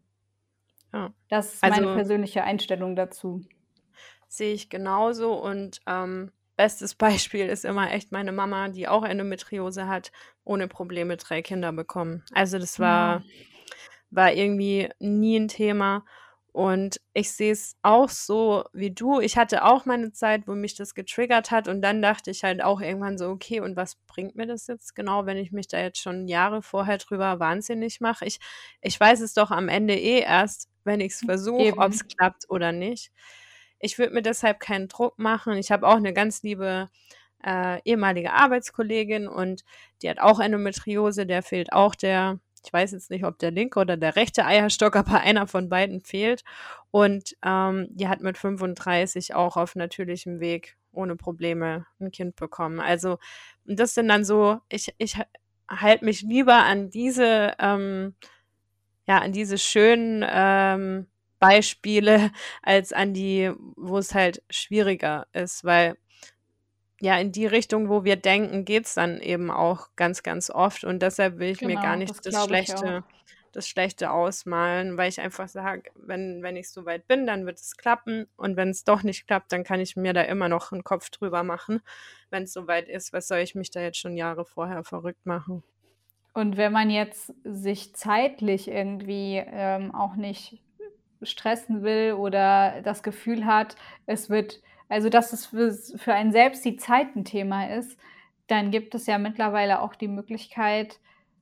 Ja. Das ist meine Also persönliche Einstellung dazu. Sehe ich genauso und, ähm, bestes Beispiel ist immer echt meine Mama, die auch Endometriose hat, ohne Probleme drei Kinder bekommen. Also, das Ja. war war irgendwie nie 'n Thema und ich sehe es auch so wie du. Ich hatte auch meine Zeit, wo mich das getriggert hat und dann dachte ich halt auch irgendwann so: „Okay, und was bringt mir das jetzt genau, wenn ich mich da jetzt schon Jahre vorher drüber wahnsinnig mache? Ich ich weiß es doch am Ende eh erst, wenn ich's versuche, Eben. ob's klappt oder nicht.“ Ich würde mir deshalb keinen Druck machen. Ich habe auch 'ne ganz liebe, äh, ehemalige Arbeitskollegin und die hat auch Endometriose, der fehlt auch der ich weiß jetzt nicht, ob der linke oder der rechte Eierstock, aber einer von beiden fehlt. Und, ähm, die hat mit fünfunddreißig auch auf natürlichem Weg ohne Probleme 'n Kind bekommen. Also, und das sind dann so ich ich ha halte mich lieber an diese ähm, ja, an diese schönen, ähm, Beispiele als an die, wo es halt schwieriger ist, weil ja, in die Richtung, wo wir denken, geht's dann eben auch ganz, ganz oft und deshalb will ich mir gar Genau, nicht das das glaube ich Schlechte auch. das Schlechte ausmalen, weil ich einfach sage: „Wenn wenn ich so weit bin, dann wird es klappen und wenn's doch nicht klappt, dann kann ich mir da immer noch 'n Kopf drüber machen. Wenn's so weit ist, was soll ich mich da jetzt schon Jahre vorher verrückt machen?“ Und wenn man jetzt sich zeitlich irgendwie, ähm, auch nicht stressen will oder das Gefühl hat, es wird also, dass es fürs für einen selbst die Zeit 'n Thema ist, dann gibt es ja mittlerweile auch die Möglichkeit,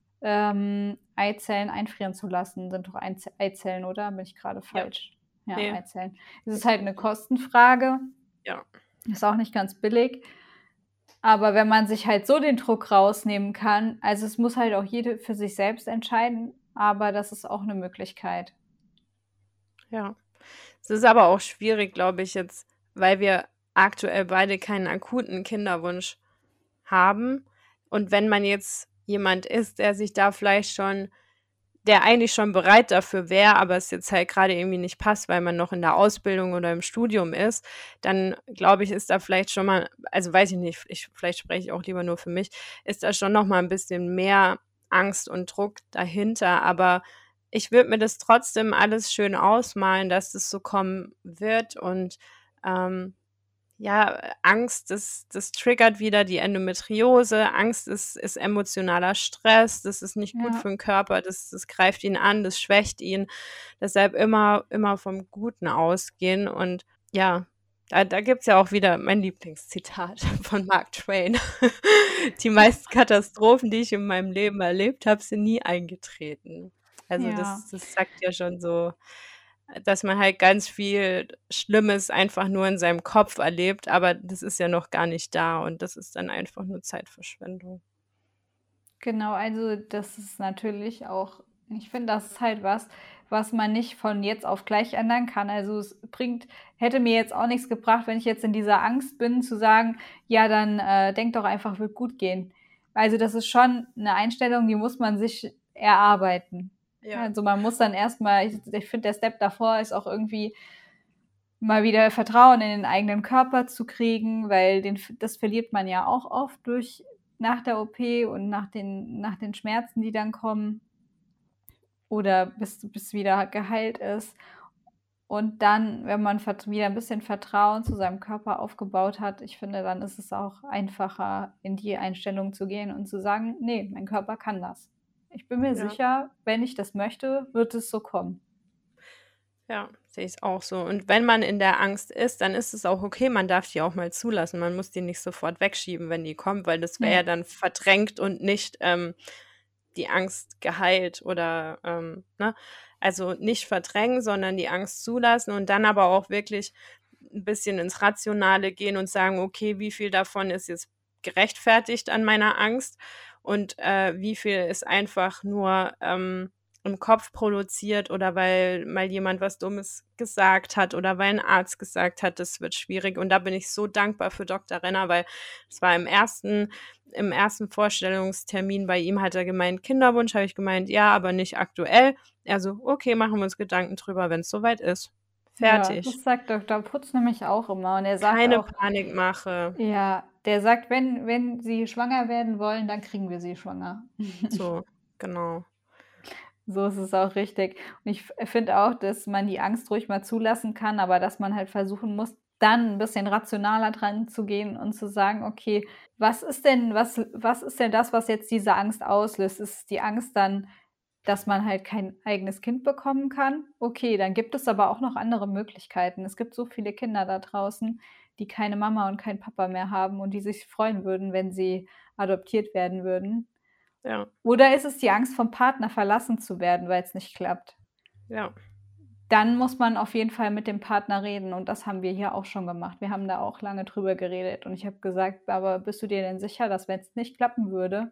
ähm, Eizellen einfrieren zu lassen. Sind doch Einze Eizellen, oder? Bin ich grade Ja. falsch? Ja, Ne. Eizellen. Es ist Ist halt 'ne richtig. Kostenfrage. Ja. Ist auch nicht ganz billig. Aber wenn man sich halt so den Druck rausnehmen kann also, es muss halt auch jede für sich selbst entscheiden, aber das ist auch 'ne Möglichkeit. Ja. Es ist aber auch schwierig, glaube ich jetzt, weil wir aktuell beide keinen akuten Kinderwunsch haben. Und wenn man jetzt jemand ist, der sich da vielleicht schon der eigentlich schon bereit dafür wäre, aber es jetzt halt grade irgendwie nicht passt, weil man noch in der Ausbildung oder im Studium ist, dann glaube ich, ist da vielleicht schon mal also, weiß ich nicht, ich vielleicht spreche ich auch lieber nur für mich, ist da schon noch mal 'n bisschen mehr Angst und Druck dahinter. Aber ich würde mir das trotzdem alles schön ausmalen, dass das so kommen wird und, ähm, ja, Angst, das das triggert wieder die Endometriose. Angst ist ist emotionaler Stress, das ist nicht gut Ja. für 'n Körper, das das greift ihn an, das schwächt ihn. Deshalb immer immer vom Guten ausgehen und ja, da da gibt's ja auch wieder mein Lieblingszitat von Mark Twain: „Die meisten Katastrophen, die ich in meinem Leben erlebt habe, sind nie eingetreten.“ Also, Ja. das das sagt ja schon so, dass man halt ganz viel Schlimmes einfach nur in seinem Kopf erlebt, aber das ist ja noch gar nicht da und das ist dann einfach nur Zeitverschwendung. Genau, also, das ist natürlich auch ich finde, das ist halt was, was man nicht von jetzt auf gleich ändern kann. Also, es bringt hätte mir jetzt auch nix gebracht, wenn ich jetzt in dieser Angst bin, zu sagen: „Ja, dann, äh, denk doch einfach, wird gut gehen.“ Also, das ist schon 'ne Einstellung, die muss man sich erarbeiten. Ja. Also, man muss dann erst mal ich ich finde, der Step davor ist auch irgendwie mal wieder Vertrauen in den eigenen Körper zu kriegen, weil den v das verliert man ja auch oft durch nach der OP und nach den nach den Schmerzen, die dann kommen oder bis bis wieder geheilt ist. Und dann, wenn man vert wieder 'n bisschen Vertrauen zu seinem Körper aufgebaut hat, ich finde, dann ist es auch einfacher, in die Einstellung zu gehen und zu sagen: „Ne, mein Körper kann das. Ich bin mir Ja. sicher, wenn ich das möchte, wird es so kommen.“ Ja, sehe ich auch so. Und wenn man in der Angst ist, dann ist es auch okay, man darf die auch mal zulassen. Man muss die nicht sofort wegschieben, wenn die kommt, weil das wäre ja Ne. dann verdrängt und nicht, ähm, die Angst geheilt oder, ähm, ne? Also, nicht verdrängen, sondern die Angst zulassen und dann aber auch wirklich 'n bisschen ins Rationale gehen und sagen: „Okay, wie viel davon ist jetzt gerechtfertigt an meiner Angst und äh, wie viel ist einfach nur ähm, im Kopf produziert oder weil mal jemand was Dummes gesagt hat oder weil ein Arzt gesagt hat, das wird schwierig. Und da bin ich so dankbar für Doktor Renner, weil es war im ersten, im ersten Vorstellungstermin bei ihm hat er gemeint, Kinderwunsch, habe ich gemeint, ja, aber nicht aktuell. Er so, okay, machen wir uns Gedanken drüber, wenn es soweit ist. Ja, Fertig. das sagt Doktor Putz nämlich auch immer. Und er sagt Keine auch, Panikmache. ja, der sagt, wenn, wenn Sie schwanger werden wollen, dann kriegen wir Sie schwanger. So, genau. So ist es auch richtig. Und ich f finde auch, dass man die Angst ruhig mal zulassen kann, aber dass man halt versuchen muss, dann 'n bisschen rationaler dran zu gehen und zu sagen: „Okay, was ist denn was was ist denn das, was jetzt diese Angst auslöst? Ist es die Angst dann, dass man halt kein eigenes Kind bekommen kann? Okay, dann gibt es aber auch noch andere Möglichkeiten. Es gibt so viele Kinder da draußen, die keine Mama und keinen Papa mehr haben und die sich freuen würden, wenn sie adoptiert werden würden. Ja, Oder ist es die Angst vom Partner, verlassen zu werden, weil's nicht klappt? ja, Dann muss man auf jeden Fall mit dem Partner reden und das haben wir hier auch schon gemacht. Wir haben da auch lange drüber geredet und ich habe gesagt: „Aber bist du dir denn sicher, dass wenn's nicht klappen würde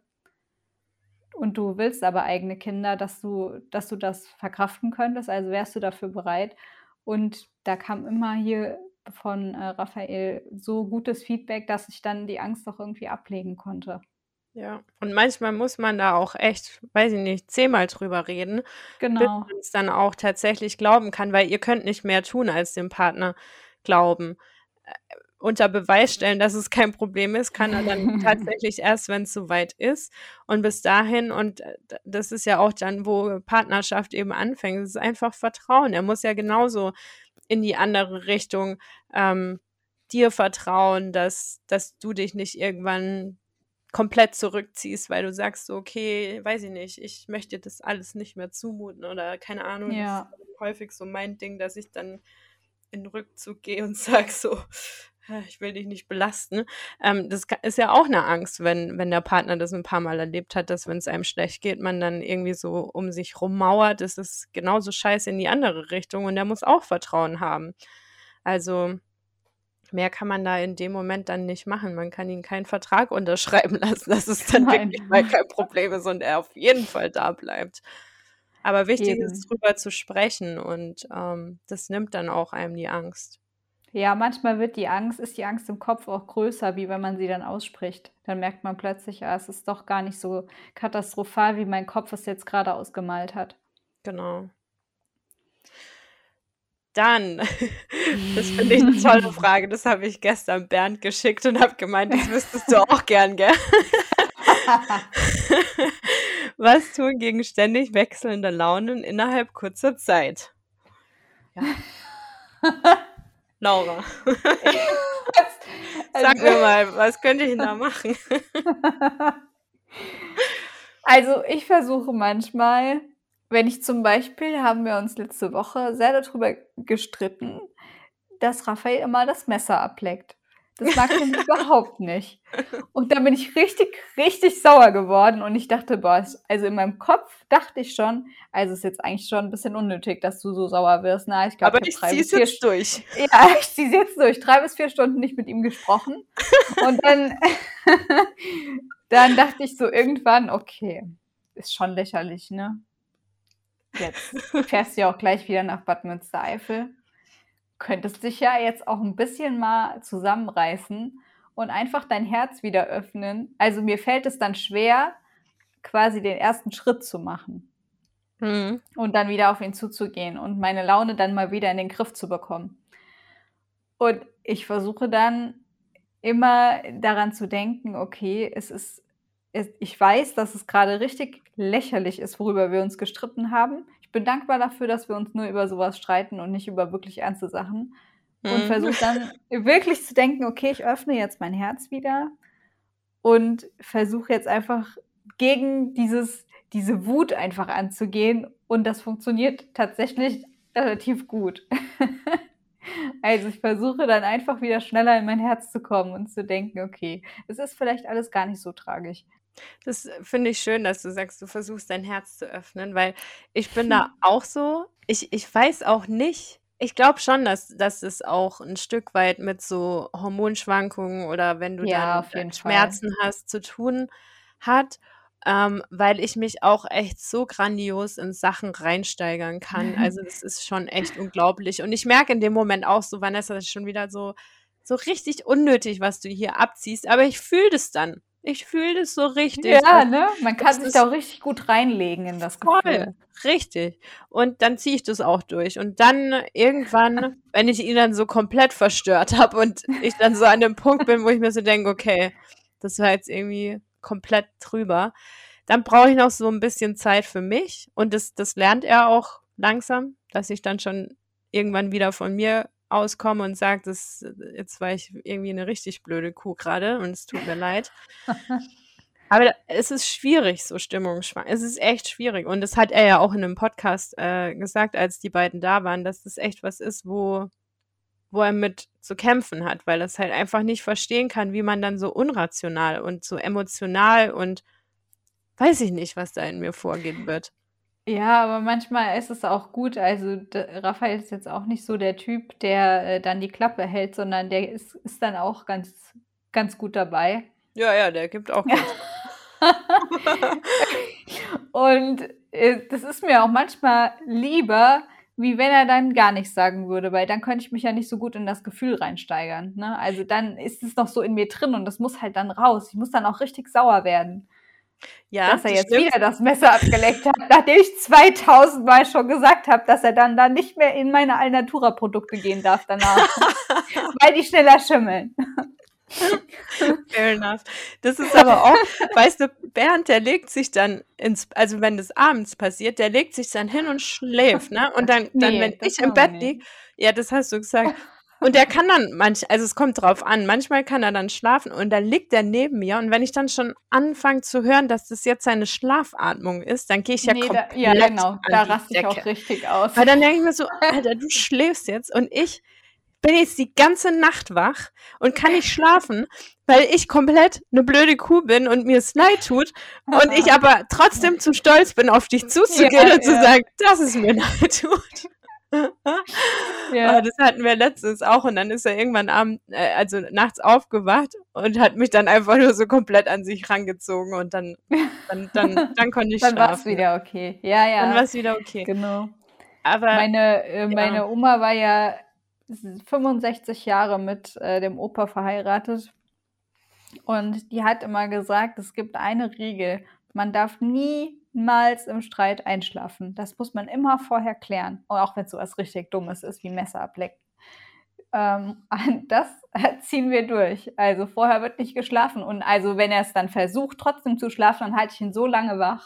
und du willst aber eigene Kinder, dass du dass du das verkraften könntest? Also, wärst du dafür bereit?“ Und da kam immer hier von, äh, Raphael so gutes Feedback, dass ich dann die Angst auch irgendwie ablegen konnte. ja. Und manchmal muss man da auch echt, weiß ich nicht, zehnmal drüber reden, bis Genau. man's dann auch tatsächlich glauben kann, weil ihr könnt nicht mehr tun, als dem Partner glauben. Äh, unter Beweis stellen, dass es kein Problem ist, kann er dann tatsächlich erst, wenn's soweit ist. Und bis dahin und, äh, d das ist ja auch dann, wo Partnerschaft eben anfängt. Es ist einfach Vertrauen. Er muss ja genauso in die andere Richtung, ähm, dir vertrauen, dass dass du dich nicht irgendwann komplett zurückziehst, weil du sagst so: „Okay, weiß ich nicht, ich möchte dir das alles nicht mehr zumuten“ oder keine Ahnung. Das ist Ja, häufig so mein Ding, dass ich dann in Rückzug gehe und sage so: „Ah, ich will dich nicht belasten.“ Ähm, das ka ist ja auch 'ne Angst, wenn wenn der Partner das 'n paarmal erlebt hat, dass wenn's einem schlecht geht, man dann irgendwie so um sich rummauert. Das ist genauso scheiße in die andere Richtung und der muss auch Vertrauen haben. Also, mehr kann man da in dem Moment dann nicht machen. Man kann ihn keinen Vertrag unterschreiben lassen, dass es dann nein, wirklich mal kein Problem ist und er auf jeden Fall da bleibt. Aber wichtig ist, eben. drüber zu sprechen und, ähm, das nimmt dann auch einem die Angst. Ja, manchmal wird die Angst ist die Angst im Kopf auch größer, wie wenn man sie dann ausspricht. Dann merkt man plötzlich: „Ah, es ist doch gar nicht so katastrophal, wie mein Kopf es jetzt grade ausgemalt hat.“ Genau. Dann, das finde ich 'ne tolle Frage. Das habe ich gestern Bernd geschickt und habe gemeint, das wüsstest du auch gern, gell? Was tun gegen ständig wechselnde Launen innerhalb kurzer Zeit? Ja, Laura. Sag Also mir mal, was könnte ich denn da machen? also, ich versuche manchmal wenn ich zum Beispiel haben wir uns letzte Woche sehr dadrüber gestritten, dass Raphael immer das Messer ableckt. Das mag er nämlich überhaupt nicht. Und da bin ich richtig, richtig sauer geworden und ich dachte: „Boah, es“ also, in meinem Kopf dachte ich schon: „Also, ist jetzt eigentlich schon 'n bisschen unnötig, dass du so sauer wirst, ne?“ Ich glaube, Aber ich habe ich drei ziehe bis es vier jetzt St durch. ja, ich ziehe es jetzt durch, drei bis vier Stunden nicht mit ihm gesprochen. Und dann dann dachte ich so irgendwann: „Okay, ist schon lächerlich, ne? Jetzt fährst du ja auch gleich wieder nach Bad Münstereifel. Könntest dich ja jetzt auch 'n bisschen mal zusammenreißen und einfach dein Herz wieder öffnen.“ Also, mir fällt es dann schwer, quasi den ersten Schritt zu machen Mhm. und dann wieder auf ihn zuzugehen und meine Laune dann mal wieder in den Griff zu bekommen. Und ich versuche dann immer daran zu denken: „Okay, es ist es ich weiß, dass es grade richtig lächerlich ist, worüber wir uns gestritten haben. Ich bin dankbar dafür, dass wir uns nur über so was streiten und nicht über wirklich ernste Sachen.“ Und Mhm. versuche dann wirklich zu denken: „Okay, ich öffne jetzt mein Herz wieder und versuche jetzt einfach gegen dieses diese Wut einfach anzugehen.“ Und das funktioniert tatsächlich relativ gut. Also, ich versuche dann einfach wieder schneller in mein Herz zu kommen und zu denken: „Okay, es ist vielleicht alles gar nicht so tragisch.“ Das, äh, finde ich schön, dass du sagst, du versuchst dein Herz zu öffnen, weil ich bin da auch so. Ich ich weiß auch nicht, ich glaube schon, dass dass es auch 'n Stück weit mit so Hormonschwankungen oder wenn du dann, Ja, äh, auf jeden Fall. Schmerzen hast, zu tun hat. ähm, weil ich mich auch echt so grandios in Sachen reinsteigern kann. Also, das ist schon echt unglaublich. Und ich merke in dem Moment auch so: „Vanessa, das ist schon wieder so so richtig unnötig, was du hier abziehst.“ Aber ich fühle das dann. Ich fühle das so richtig, Ja, dass ne? Man kann dass sich da das auch richtig gut reinlegen in das voll, Gefühl. richtig. Und dann ziehe ich das auch durch. Und dann irgendwann, wenn ich ihn dann so komplett verstört habe und ich dann so an dem Punkt bin, wo ich mir so denke: „Okay, das war jetzt irgendwie komplett drüber“, dann brauche ich noch so ein bisschen Zeit für mich und das das lernt er auch langsam, dass ich dann schon irgendwann wieder von mir auskomme und sage: „Das jetzt war ich irgendwie eine richtig blöde Kuh gerade und es tut mir leid.“ Aber da es ist schwierig, so Stimmungsschwankungen. Es ist echt schwierig und das hat er ja auch in 'nem Podcast, äh, gesagt, als die beiden da waren, dass das echt was ist, wo wo er mit zu kämpfen hat, weil er's halt einfach nicht verstehen kann, wie man dann so unrational und so emotional und weiß ich nicht, was da in mir vorgehen wird. Ja, aber manchmal ist es auch gut. Also, d Raphael ist jetzt auch nicht so der Typ, der, äh, dann die Klappe hält, sondern der ist ist dann auch ganz ganz gut dabei. Ja, ja, der gibt auch ganz Und, äh, das ist mir auch manchmal lieber, wie wenn er dann gar nichts sagen würde, weil dann könnte ich mich ja nicht so gut in das Gefühl reinsteigern, ne? Also, dann ist es noch so in mir drin und das muss halt dann raus. Ich muss dann auch richtig sauer werden, Ja, dass er das jetzt stimmt. wieder das Messer abgeleckt hat, nachdem ich zweitausend Mal schon gesagt habe, dass er dann da nicht mehr in meine Alnatura-Produkte gehen darf danach, weil die schneller schimmeln. Fair enough. Das ist aber auch weißt du, Bernd, der legt sich dann ins also, wenn das abends passiert, der legt sich dann hin und schläft, ne? Und dann dann, wenn Ne, das ich im machen wir Bett nicht. liege ja, das hast du gesagt. Und der kann dann manch also, es kommt drauf an. Manchmal kann er dann schlafen und dann liegt er neben mir und wenn ich dann schon anfange zu hören, dass das jetzt seine Schlafatmung ist, dann gehe ich ja Ne, da ja komplett genau, an da die raste ich Decke. auch richtig aus. Weil dann denke ich mir so: „Alter, du schläfst jetzt und ich bin jetzt die ganze Nacht wach und kann nicht schlafen, weil ich komplett 'ne blöde Kuh bin und mir's leid tut und ich aber trotzdem zu stolz bin, auf dich Ja, zuzugehen und zu ja, sagen, dass es mir leid tut.“ Ah, ja. das hatten wir letztens auch und dann ist er irgendwann abend äh, also nachts aufgewacht und hat mich dann einfach nur so komplett an sich rangezogen und dann dann dann dann konnte ich Dann war's schlafen. wieder okay. Ja, Dann ja, war's wieder okay. genau. Aber Meine äh, ja, meine Oma war ja s fünfundsechzig Jahre mit, äh, dem Opa verheiratet und die hat immer gesagt, es gibt eine Regel: Man darf niemals im Streit einschlafen. Das muss man immer vorher klären, auch wenn's so was richtig Dummes ist wie Messer ablecken. Ähm, und das ziehen wir durch. Also, vorher wird nicht geschlafen und also, wenn er's dann versucht, trotzdem zu schlafen, dann halte ich ihn so lange wach,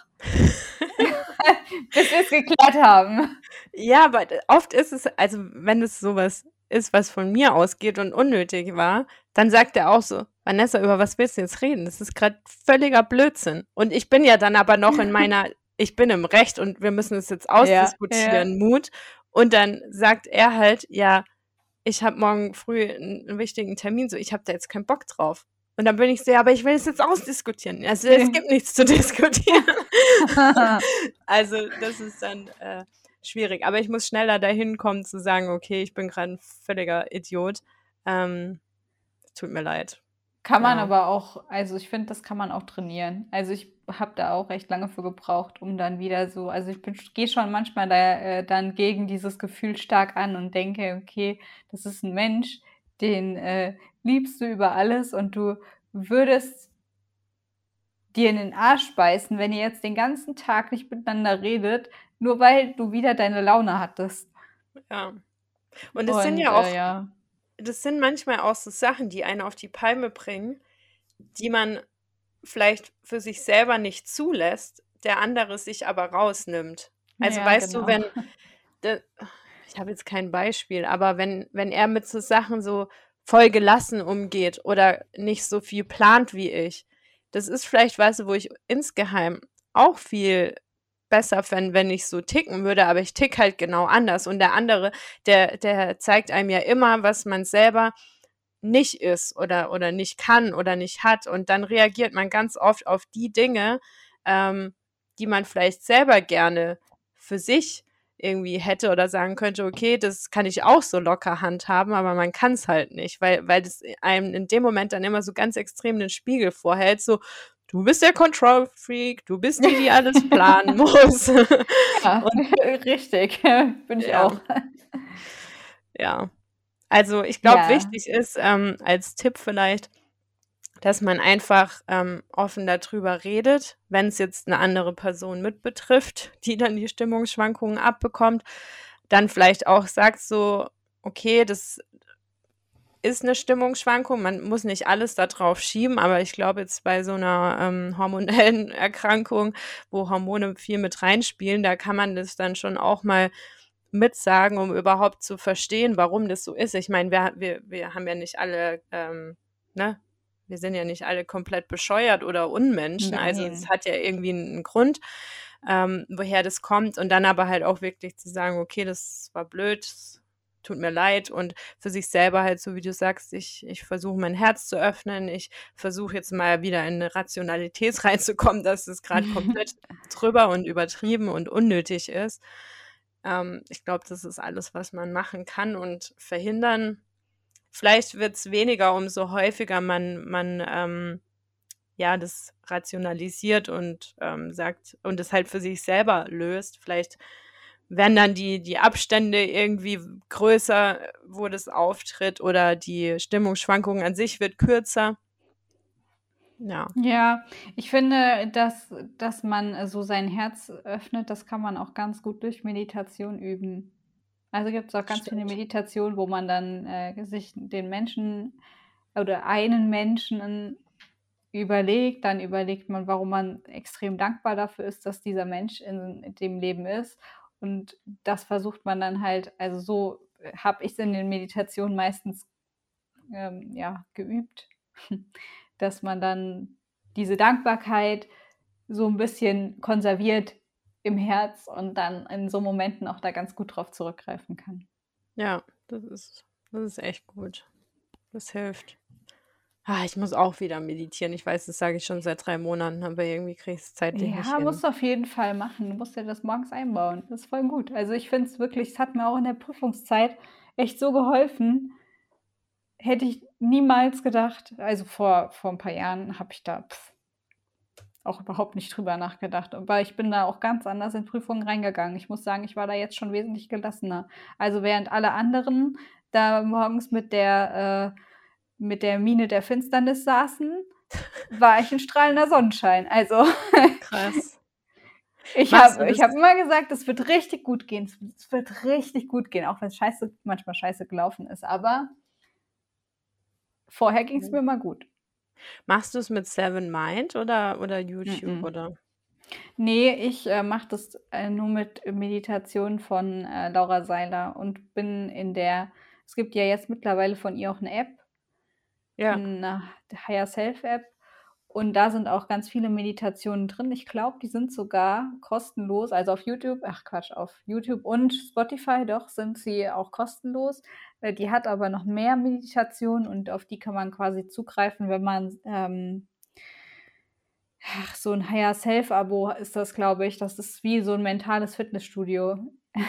bis wir's geklärt haben. Ja, aber d oft ist es also, wenn es so was ist, was von mir ausgeht und unnötig war, dann sagt er auch so: „Vanessa, über was willst du jetzt reden? Das ist grad völliger Blödsinn.“ Und ich bin ja dann aber noch in meiner „Ich bin im Recht und wir müssen es jetzt Ja, ja. ausdiskutieren“ Mut und dann sagt er halt: „Ja, ich habe morgen früh 'n 'n wichtigen Termin, so, ich habe da jetzt keinen Bock drauf.“ Und dann bin ich so: „Ja, aber ich will es jetzt ausdiskutieren.“ Also, es gibt nichts zu diskutieren. Also, das ist dann, äh, schwierig. Aber ich muss schneller dahin kommen zu sagen: „Okay, ich bin grad 'n völliger Idiot. Ähm, tut mir leid.“ Kann man Ja. aber auch also, ich finde, das kann man auch trainieren. Also, ich habe da auch recht lange für gebraucht, um dann wieder so also, ich bin gehe schon manchmal da äh, dann gegen dieses Gefühl stark an und denke: „Okay, das ist 'n Mensch, den, äh, liebst du über alles und du würdest dir in den Arsch beißen, wenn ihr jetzt den ganzen Tag nicht miteinander redet, nur weil du wieder deine Laune hattest.“ Ja. Und es sind Und, ja äh, auch ja. das sind manchmal auch so Sachen, die einen auf die Palme bringen, die man vielleicht für sich selber nicht zulässt, der andere sich aber rausnimmt. Also, Ja, weißt du, genau. wenn d ich habe jetzt kein Beispiel, aber wenn wenn er mit so Sachen so voll gelassen umgeht oder nicht so viel plant wie ich, das ist vielleicht was, wo ich insgeheim auch viel besser fände, wenn ich so ticken würde, aber ich ticke halt genau anders und der andere, der der zeigt einem ja immer, was man selber nicht ist oder oder nicht kann oder nicht hat und dann reagiert man ganz oft auf die Dinge, ähm, die man vielleicht selber gerne für sich irgendwie hätte oder sagen könnte: „Okay, das kann ich auch so locker handhaben“, aber man kann's halt nicht, weil weil das einem in dem Moment dann immer so ganz extrem den Spiegel vorhält, so: du bist der Control Freak, du bist die, die alles planen muss. Ja, Und richtig, bin ich ja, auch. ja. Also ich glaube, Ja. wichtig ist ähm, als Tipp vielleicht, dass man einfach ähm, offen darüber redet, wenn es jetzt eine andere Person mit betrifft, die dann die Stimmungsschwankungen abbekommt, dann vielleicht auch sagt so, okay, das ist eine Stimmungsschwankung, man muss nicht alles da drauf schieben, aber ich glaube jetzt bei so einer ähm, hormonellen Erkrankung, wo Hormone viel mit reinspielen, da kann man das dann schon auch mal mitsagen, um überhaupt zu verstehen, warum das so ist. Ich meine, wir wir wir haben ja nicht alle, ähm ne, wir sind ja nicht alle komplett bescheuert oder Unmenschen. Also, es Nein. hat ja irgendwie 'n Grund, ähm, woher das kommt und dann aber halt auch wirklich zu sagen: „Okay, das war blöd, es tut mir leid“ und für sich selber halt so, wie du sagst: „Ich ich versuche mein Herz zu öffnen. Ich versuche jetzt mal wieder in 'ne Rationalität reinzukommen, dass es grad komplett drüber und übertrieben und unnötig ist.“ Ähm, ich glaube, das ist alles, was man machen kann und verhindern vielleicht wird's weniger, umso häufiger man man, ähm, ja, das rationalisiert und, ähm, sagt und es halt für sich selber löst. Vielleicht werden dann die die Abstände irgendwie w größer, wo das auftritt oder die Stimmungsschwankung an sich wird kürzer. Ja. Ja, ich finde, dass dass man, äh, so sein Herz öffnet, das kann man auch ganz gut durch Meditation üben. Also, gibt's auch ganz viele Stimmt. Meditationen, wo man dann, äh, sich den Menschen oder einen Menschen überlegt. Dann überlegt man, warum man extrem dankbar dafür ist, dass dieser Mensch in dem Leben ist. Und das versucht man dann halt also, so habe ich's in den Meditationen meistens, ähm, ja, geübt, dass man dann diese Dankbarkeit so 'n bisschen konserviert im Herz und dann in so Momenten auch da ganz gut drauf zurückgreifen kann. Ja, das ist das ist echt gut. Das hilft. Ah, ich muss auch wieder meditieren. Ich weiß, das sage ich schon seit drei Monaten, aber irgendwie kriege ich's zeitlich nicht Ja, hin. musst du auf jeden Fall machen. Du musst dir das morgens einbauen. Das ist voll gut. Also, ich finde es wirklich es hat mir auch in der Prüfungszeit echt so geholfen. Hätte ich niemals gedacht. Also, vor vor 'n paar Jahren habe ich da auch überhaupt nicht drüber nachgedacht. Aber ich bin da auch ganz anders in Prüfungen reingegangen. Ich muss sagen, ich war da jetzt schon wesentlich gelassener. Also, während alle anderen da morgens mit der äh, mit der Miene der Finsternis saßen, war ich 'n strahlender Sonnenschein. Also Krass. ich Machst du habe ich das habe immer gesagt: „Es wird richtig gut gehen. Es es wird richtig gut gehen“, auch wenn's scheiße manchmal scheiße gelaufen ist, aber vorher ging's mir immer gut. Machst du's mit Seven Mind oder oder YouTube, Mm. oder? Ne, ich, äh, mache das, äh, nur mit Meditation von, äh, Laura Seiler und bin in der es gibt ja jetzt mittlerweile von ihr auch 'ne App Ja. 'ne Higher Self App und da sind auch ganz viele Meditationen drin. Ich glaube, die sind sogar kostenlos, also, auf YouTube ach Quatsch, auf YouTube und Spotify, doch, sind sie auch kostenlos. Äh, die hat aber noch mehr Meditationen und auf die kann man quasi zugreifen, wenn man, ähm ach, so 'n Higher Self Abo ist das, glaube ich. Das ist wie so 'n mentales Fitnessstudio.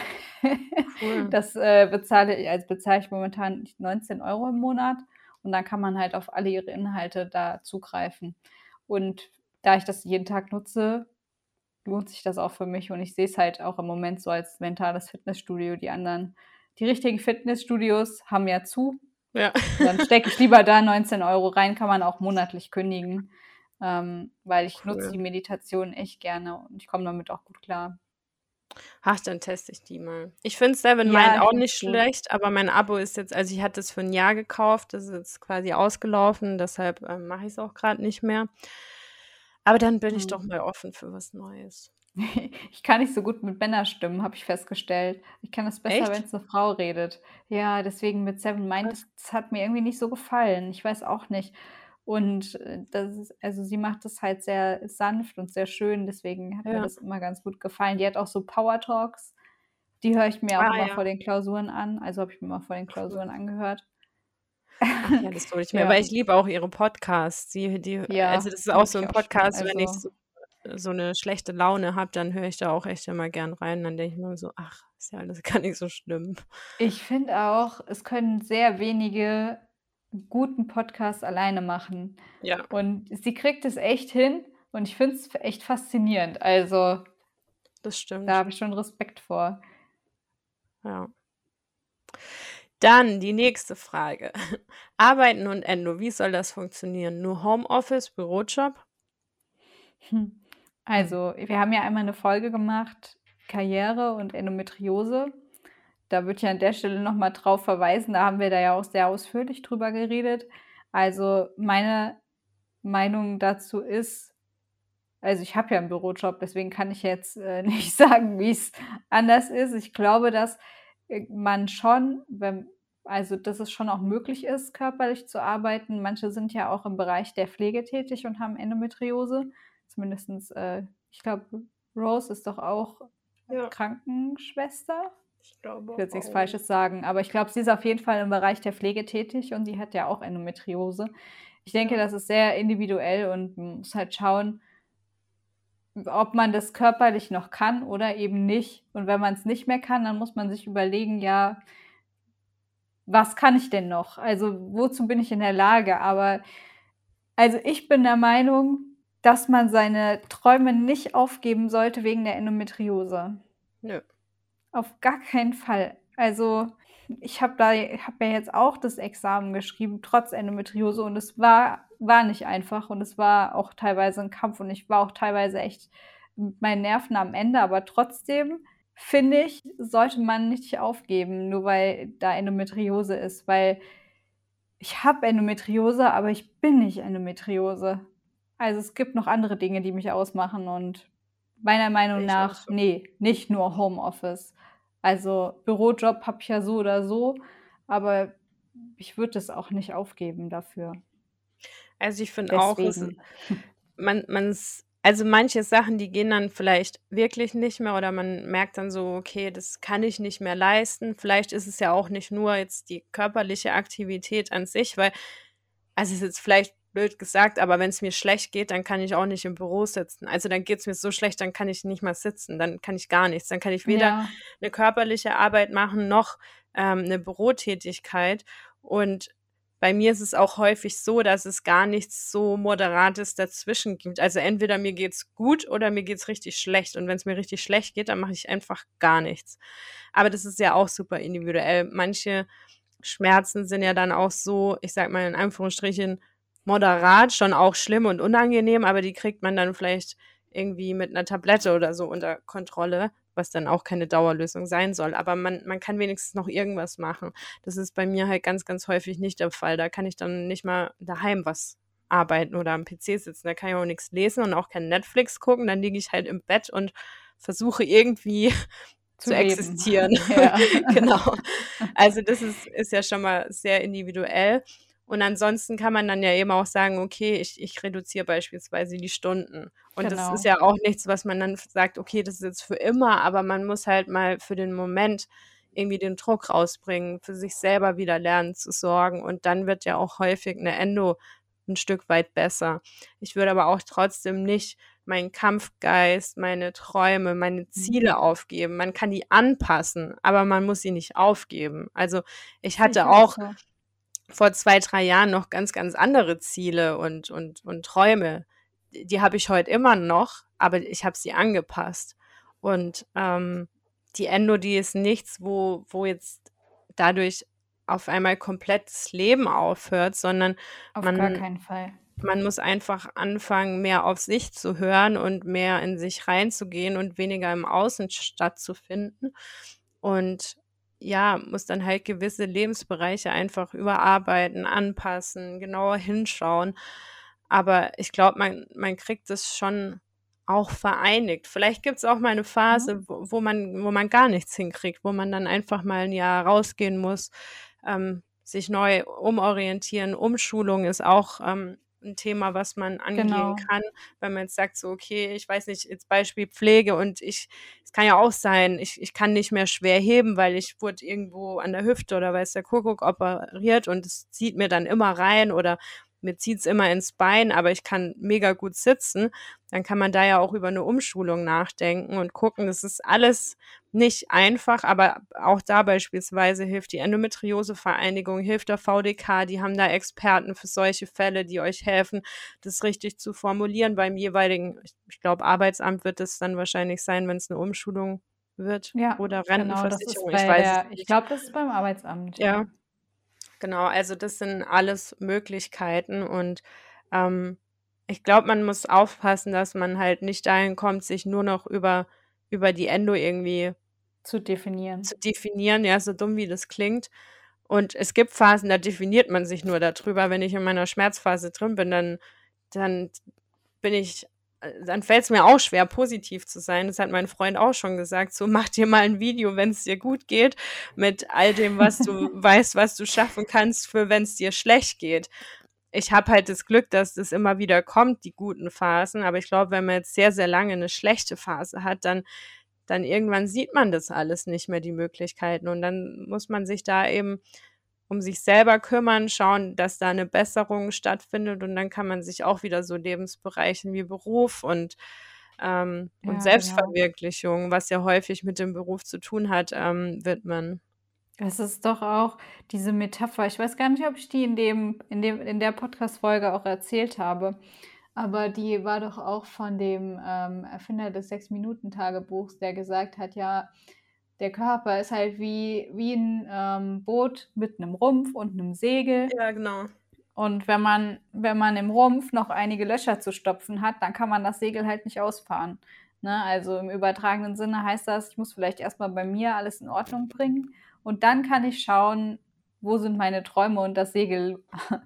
Cool. Das, äh, bezahle i also, bezahle ich momentan neunzehn Euro im Monat und dann kann man halt auf alle ihre Inhalte da zugreifen. Und da ich das jeden Tag nutze, lohnt sich das auch für mich und ich sehe es halt auch im Moment so als mentales Fitnessstudio. Die anderen die richtigen Fitnessstudios haben ja zu. Ja. Dann stecke ich lieber da neunzehn Euro rein, kann man auch monatlich kündigen, ähm, weil ich nutze die Cool. Meditation echt gerne und ich komme damit auch gut klar. Ach, dann teste ich die mal. Ich finde Seven Mind Ja, ich auch finde nicht es gut. schlecht, aber mein Abo ist jetzt also, ich hatte es für 'n Jahr gekauft, das ist jetzt quasi ausgelaufen, deshalb, ähm, mache ich's auch grad nicht mehr. Aber dann bin ich doch Mhm. mal offen für was Neues. Ich kann nicht so gut mit Männerstimmen, habe ich festgestellt. Ich kann das besser, Echt? wenn's 'ne Frau redet. Ja, deswegen mit Seven Mind, Krass. das das hat mir irgendwie nicht so gefallen. Ich weiß auch nicht. Und, äh, das ist also, sie macht das halt sehr sanft und sehr schön, deswegen hat mir Ja. das immer ganz gut gefallen. Die hat auch so Power Talks, die höre ich mir auch Ah, immer vor ja. den Klausuren an. Also, habe ich mir immer vor den Klausuren Cool. angehört. Ach ja, das hole ich mir Ja. weil ich liebe auch ihre Podcasts. Die die also, Ja, das ist auch mag so ich 'n auch schon. Podcast, wenn ich Also so so 'ne schlechte Laune habe, dann höre ich da auch echt immer gern rein. Dann denke ich mir so: „Ach, ist ja alles gar nicht so schlimm.“ Ich finde auch, es können sehr wenige 'n guten Podcast alleine machen. Ja. Und sie kriegt es echt hin und ich finde es echt faszinierend. Also Das da stimmt. habe ich schon Respekt vor. Ja. Dann die nächste Frage. Arbeiten und Endo, wie soll das funktionieren? Nur Homeoffice, Bürojob? Hm. Also, wir haben ja einmal eine Folge gemacht, Karriere und Endometriose. Da würde ich an der Stelle noch mal drauf verweisen, da haben wir da ja auch sehr ausführlich drüber geredet. Also, meine Meinung dazu ist, also, ich habe ja 'n Bürojob, deswegen kann ich jetzt, äh, nicht sagen, wie's anders ist. Ich glaube, dass, äh, man schon, wenn also, dass es schon auch möglich ist, körperlich zu arbeiten. Manche sind ja auch im Bereich der Pflege tätig und haben Endometriose. Zumindestens, äh, ich glaube, Rose ist doch auch Ja, Krankenschwester? ich glaube Ich will jetzt nichts auch. Falsches sagen, aber ich glaube, sie ist auf jeden Fall im Bereich der Pflege tätig und die hat ja auch Endometriose. Ich denke, Ja. das ist sehr individuell und man muss halt schauen, ob man das körperlich noch kann oder eben nicht. Und wenn man's nicht mehr kann, dann muss man sich überlegen: „Ja, was kann ich denn noch? Also, wozu bin ich in der Lage?“ Aber also, ich bin der Meinung, dass man seine Träume nicht aufgeben sollte wegen der Endometriose. Nö. Auf gar keinen Fall. Also, ich habe da habe ja jetzt auch das Examen geschrieben, trotz Endometriose und es war war nicht einfach und es war auch teilweise 'n Kampf und ich war auch teilweise echt mit meinen Nerven am Ende, aber trotzdem finde ich, sollte man nicht aufgeben, nur weil da Endometriose ist, weil ich habe Endometriose, aber ich bin nicht Endometriose. Also, es gibt noch andere Dinge, die mich ausmachen und meiner Meinung Sehe ich auch nach, so. ne, nicht nur Homeoffice. Also, Bürojob habe ich ja so oder so, aber ich würde das auch nicht aufgeben dafür. Also, ich finde auch, es Deswegen. man man's also, manche Sachen, die gehen dann vielleicht wirklich nicht mehr oder man merkt dann so: „Okay, das kann ich nicht mehr leisten.“ Vielleicht ist es ja auch nicht nur jetzt die körperliche Aktivität an sich, weil also, ist jetzt vielleicht blöd gesagt, aber wenn's mir schlecht geht, dann kann ich auch nicht im Büro sitzen. Also, dann geht's mir so schlecht, dann kann ich nicht mal sitzen, dann kann ich gar nichts. Dann kann ich weder Ja, 'ne körperliche Arbeit machen noch, ähm, 'ne Bürotätigkeit. Und bei mir ist es auch häufig so, dass es gar nichts so Moderates dazwischen gibt. Also, entweder mir geht's gut oder mir geht's richtig schlecht. Und wenn's mir richtig schlecht geht, dann mache ich einfach gar nichts. Aber das ist ja auch super individuell. Manche Schmerzen sind ja dann auch so, ich sage mal in Anführungsstrichen, moderat, schon auch schlimm und unangenehm, aber die kriegt man dann vielleicht irgendwie mit 'ner Tablette oder so unter Kontrolle, was dann auch keine Dauerlösung sein soll. Aber man man kann wenigstens noch irgendwas machen. Das ist bei mir halt ganz, ganz häufig nicht der Fall. Da kann ich dann nicht mal daheim was arbeiten oder am P C sitzen. Da kann ich auch nix lesen und auch kein Netflix gucken. Dann liege ich halt im Bett und versuche irgendwie zu zu leben. existieren. Ja. Genau. Also, das ist ist ja schon mal sehr individuell. Und ansonsten kann man dann ja eben auch sagen: „Okay, ich ich reduziere beispielsweise die Stunden.“ Und das ist Genau. ja auch nichts, was man dann f sagt: „Okay, das ist jetzt für immer“, aber man muss halt mal für den Moment irgendwie den Druck rausbringen, für sich selber wieder lernen zu sorgen und dann wird ja auch häufig 'ne Endo 'n Stück weit besser. Ich würde aber auch trotzdem nicht meinen Kampfgeist, meine Träume, meine Mhm. Ziele aufgeben. Man kann die anpassen, aber man muss sie nicht aufgeben. Also, ich Sehe ich hatte auch auch so. vor zwei, drei Jahren noch ganz, ganz andere Ziele und und und Träume. D die habe ich heute immer noch, aber ich habe sie angepasst. Und, ähm, die Endo, die ist nichts, wo wo jetzt dadurch auf einmal komplett das Leben aufhört, sondern Auf gar man keinen Fall. man muss einfach anfangen, mehr auf sich zu hören und mehr in sich reinzugehen und weniger im Außen stattzufinden. Und ja, muss dann halt gewisse Lebensbereiche einfach überarbeiten, anpassen, genauer hinschauen. Aber ich glaube, man man kriegt es schon auch vereinigt. Vielleicht gibt's auch mal 'ne Mhm. Phase, wo wo man wo man gar nichts hinkriegt, wo man dann einfach mal 'n Jahr rausgehen muss, ähm, sich neu umorientieren. Umschulung ist auch, ähm, 'n Thema, was man angehen Genau. kann, wenn man jetzt sagt so: „Okay, ich weiß nicht, jetzt Beispiel Pflege und ich es kann ja auch sein, ich ich kann nicht mehr schwer heben, weil ich wurde irgendwo an der Hüfte oder weiß der Kuckuck operiert und es zieht mir dann immer rein oder mir zieht's immer ins Bein, aber ich kann mega gut sitzen, dann kann man da ja auch über eine Umschulung nachdenken und gucken. Das ist alles nicht einfach, aber auch da beispielsweise hilft die Endometriose-Vereinigung, hilft der V D K, die haben da Experten für solche Fälle, die euch helfen, das richtig zu formulieren beim jeweiligen, ich, ich glaube, Arbeitsamt wird es dann wahrscheinlich sein, wenn es eine Umschulung wird Ja, oder genau, das ist Rentenversicherung, ich bei weiß es der ich nicht. glaube, das ist beim Arbeitsamt, ja. Ja, genau, also das sind alles Möglichkeiten und, ähm, ich glaube, man muss aufpassen, dass man halt nicht dahin kommt, sich nur noch über über die Endo irgendwie Zu definieren. zu definieren, ja, so dumm wie das klingt. Und es gibt Phasen, da definiert man sich nur darüber. Wenn ich in meiner Schmerzphase drin bin, dann dann bin ich äh, dann fällt es mir auch schwer, positiv zu sein. Das hat mein Freund auch schon gesagt, so: „Mach dir mal ein Video, wenn es dir gut geht, mit all dem, was du weißt, was du schaffen kannst, für wenn es dir schlecht geht.“ Ich habe halt das Glück, dass das immer wieder kommt, die guten Phasen, aber ich glaube, wenn man jetzt sehr, sehr lange eine schlechte Phase hat, dann dann irgendwann sieht man das alles nicht mehr, die Möglichkeiten. Und dann muss man sich da eben um sich selber kümmern, schauen, dass da eine Besserung stattfindet und dann kann man sich auch wieder so Lebensbereichen wie Beruf und, ähm und Ja, genau. Selbstverwirklichung, was ja häufig mit dem Beruf zu tun hat, ähm, widmen. Es ist doch auch diese Metapher, ich weiß gar nicht, ob ich die in dem in dem in der Podcast-Folge auch erzählt habe, aber die war doch auch von dem, ähm, Erfinder des Sechs-Minuten-Tagebuchs, der gesagt hat, ja, der Körper ist halt wie wie 'n, ähm, Boot mit 'nem Rumpf und 'nem Segel. Ja, genau. Und wenn man wenn man im Rumpf noch einige Löcher zu stopfen hat, dann kann man das Segel halt nicht ausfahren, ne? Also, im übertragenen Sinne heißt das, ich muss vielleicht erst mal bei mir alles in Ordnung bringen und dann kann ich schauen, wo sind meine Träume und das Segel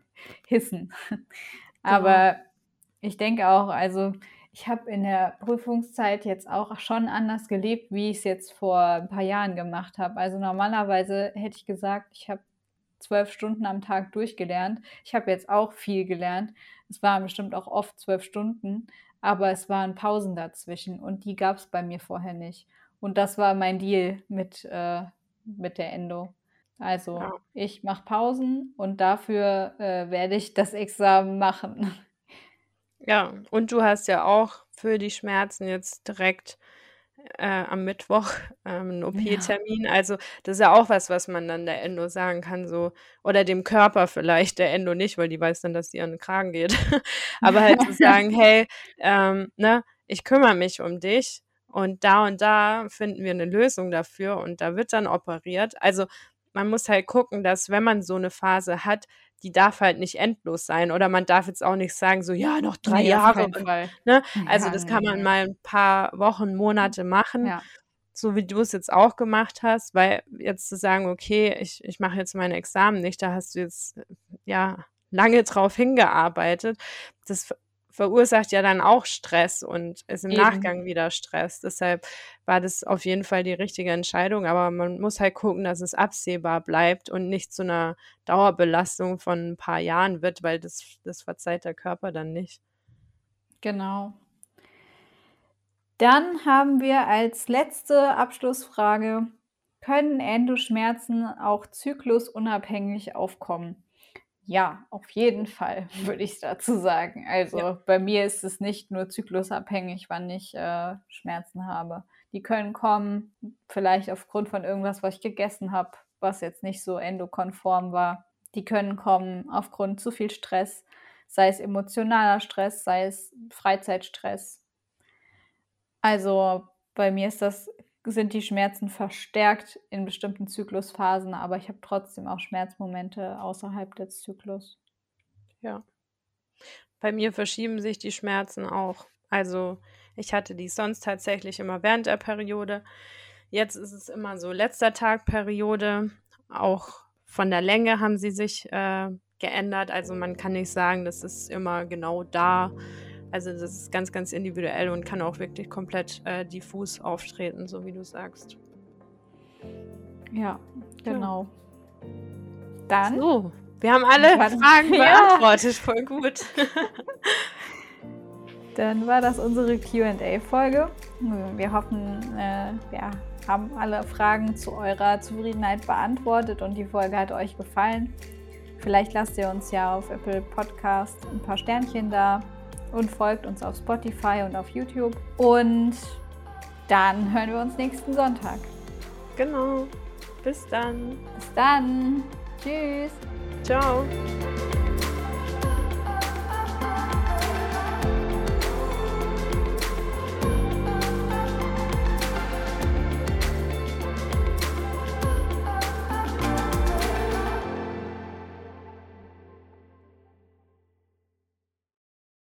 hissen. Genau. Aber ich denke auch, also, ich habe in der Prüfungszeit jetzt auch schon anders gelebt, wie ich's jetzt vor 'n paar Jahren gemacht habe. Also, normalerweise hätte ich gesagt, ich habe zwölf Stunden am Tag durchgelernt. Ich habe jetzt auch viel gelernt. Es waren bestimmt auch oft zwölf Stunden, aber es waren Pausen dazwischen und die gab's bei mir vorher nicht. Und das war mein Deal mit, äh mit der Endo. Ja. Also, ich mache Pausen und dafür, äh, werde ich das Examen machen. Ja, und du hast ja auch für die Schmerzen jetzt direkt, äh, am Mittwoch, ähm, 'n Ja. O P-Termin. Also, das ist ja auch was, was man dann der Endo sagen kann so oder dem Körper vielleicht, der Endo nicht, weil die weiß dann, dass sie an 'n Kragen geht. Aber halt zu sagen: „Hey, ähm, ne, ich kümmere mich um dich und da und da finden wir 'ne Lösung dafür und da wird dann operiert.“ Also, man muss halt gucken, dass, wenn man so 'ne Phase hat, die darf halt nicht endlos sein oder man darf jetzt auch nicht sagen so: „Ja, noch drei Ne, auf Jahre keinen und“ Fall. ne? Also, Ja, das kann ne, man ne. mal 'n paar Wochen, Monate machen, Ja. so wie du's jetzt auch gemacht hast, weil jetzt zu sagen: „Okay, ich ich mache jetzt meine Examen nicht“, da hast du jetzt, äh, ja, lange drauf hingearbeitet. Das ver verursacht ja dann auch Stress und ist im Eben. Nachgang wieder Stress. Deshalb war das auf jeden Fall die richtige Entscheidung, aber man muss halt gucken, dass es absehbar bleibt und nicht zu 'ner Dauerbelastung von 'n paar Jahren wird, weil das das verzeiht der Körper dann nicht. Genau. Dann haben wir als letzte Abschlussfrage: Können Endoschmerzen auch zyklusunabhängig aufkommen? Ja, auf jeden Fall, würde ich dazu sagen. Ja. Also, bei mir ist es nicht nur zyklusabhängig, wann ich, äh, Schmerzen habe. Die können kommen, vielleicht aufgrund von irgendwas, was ich gegessen habe, was jetzt nicht so endokonform war. Die können kommen aufgrund zu viel Stress, sei es emotionaler Stress, sei es Freizeitstress. Also, bei mir ist das sind die Schmerzen verstärkt in bestimmten Zyklusphasen, aber ich habe trotzdem auch Schmerzmomente außerhalb des Zyklus. Ja. Bei mir verschieben sich die Schmerzen auch. Also, ich hatte die sonst tatsächlich immer während der Periode. Jetzt ist es immer so letzter Tag Periode. Auch von der Länge haben sie sich, äh, geändert. Also, man kann nicht sagen, das ist immer genau da. Also, das ist ganz, ganz individuell und kann auch wirklich komplett, äh, diffus auftreten, so wie du sagst. Ja, Ja. genau. Dann So, wir haben alle war Fragen ja. beantwortet, voll gut. Dann war das unsere Q and A-Folge. Hm, wir hoffen, äh, wir haben alle Fragen zu eurer Zufriedenheit beantwortet und die Folge hat euch gefallen. Vielleicht lasst ihr uns ja auf Apple Podcast ein paar Sternchen da und folgt uns auf Spotify und auf YouTube. Und dann hören wir uns nächsten Sonntag. Genau. Bis dann. Bis dann. Tschüss. Ciao.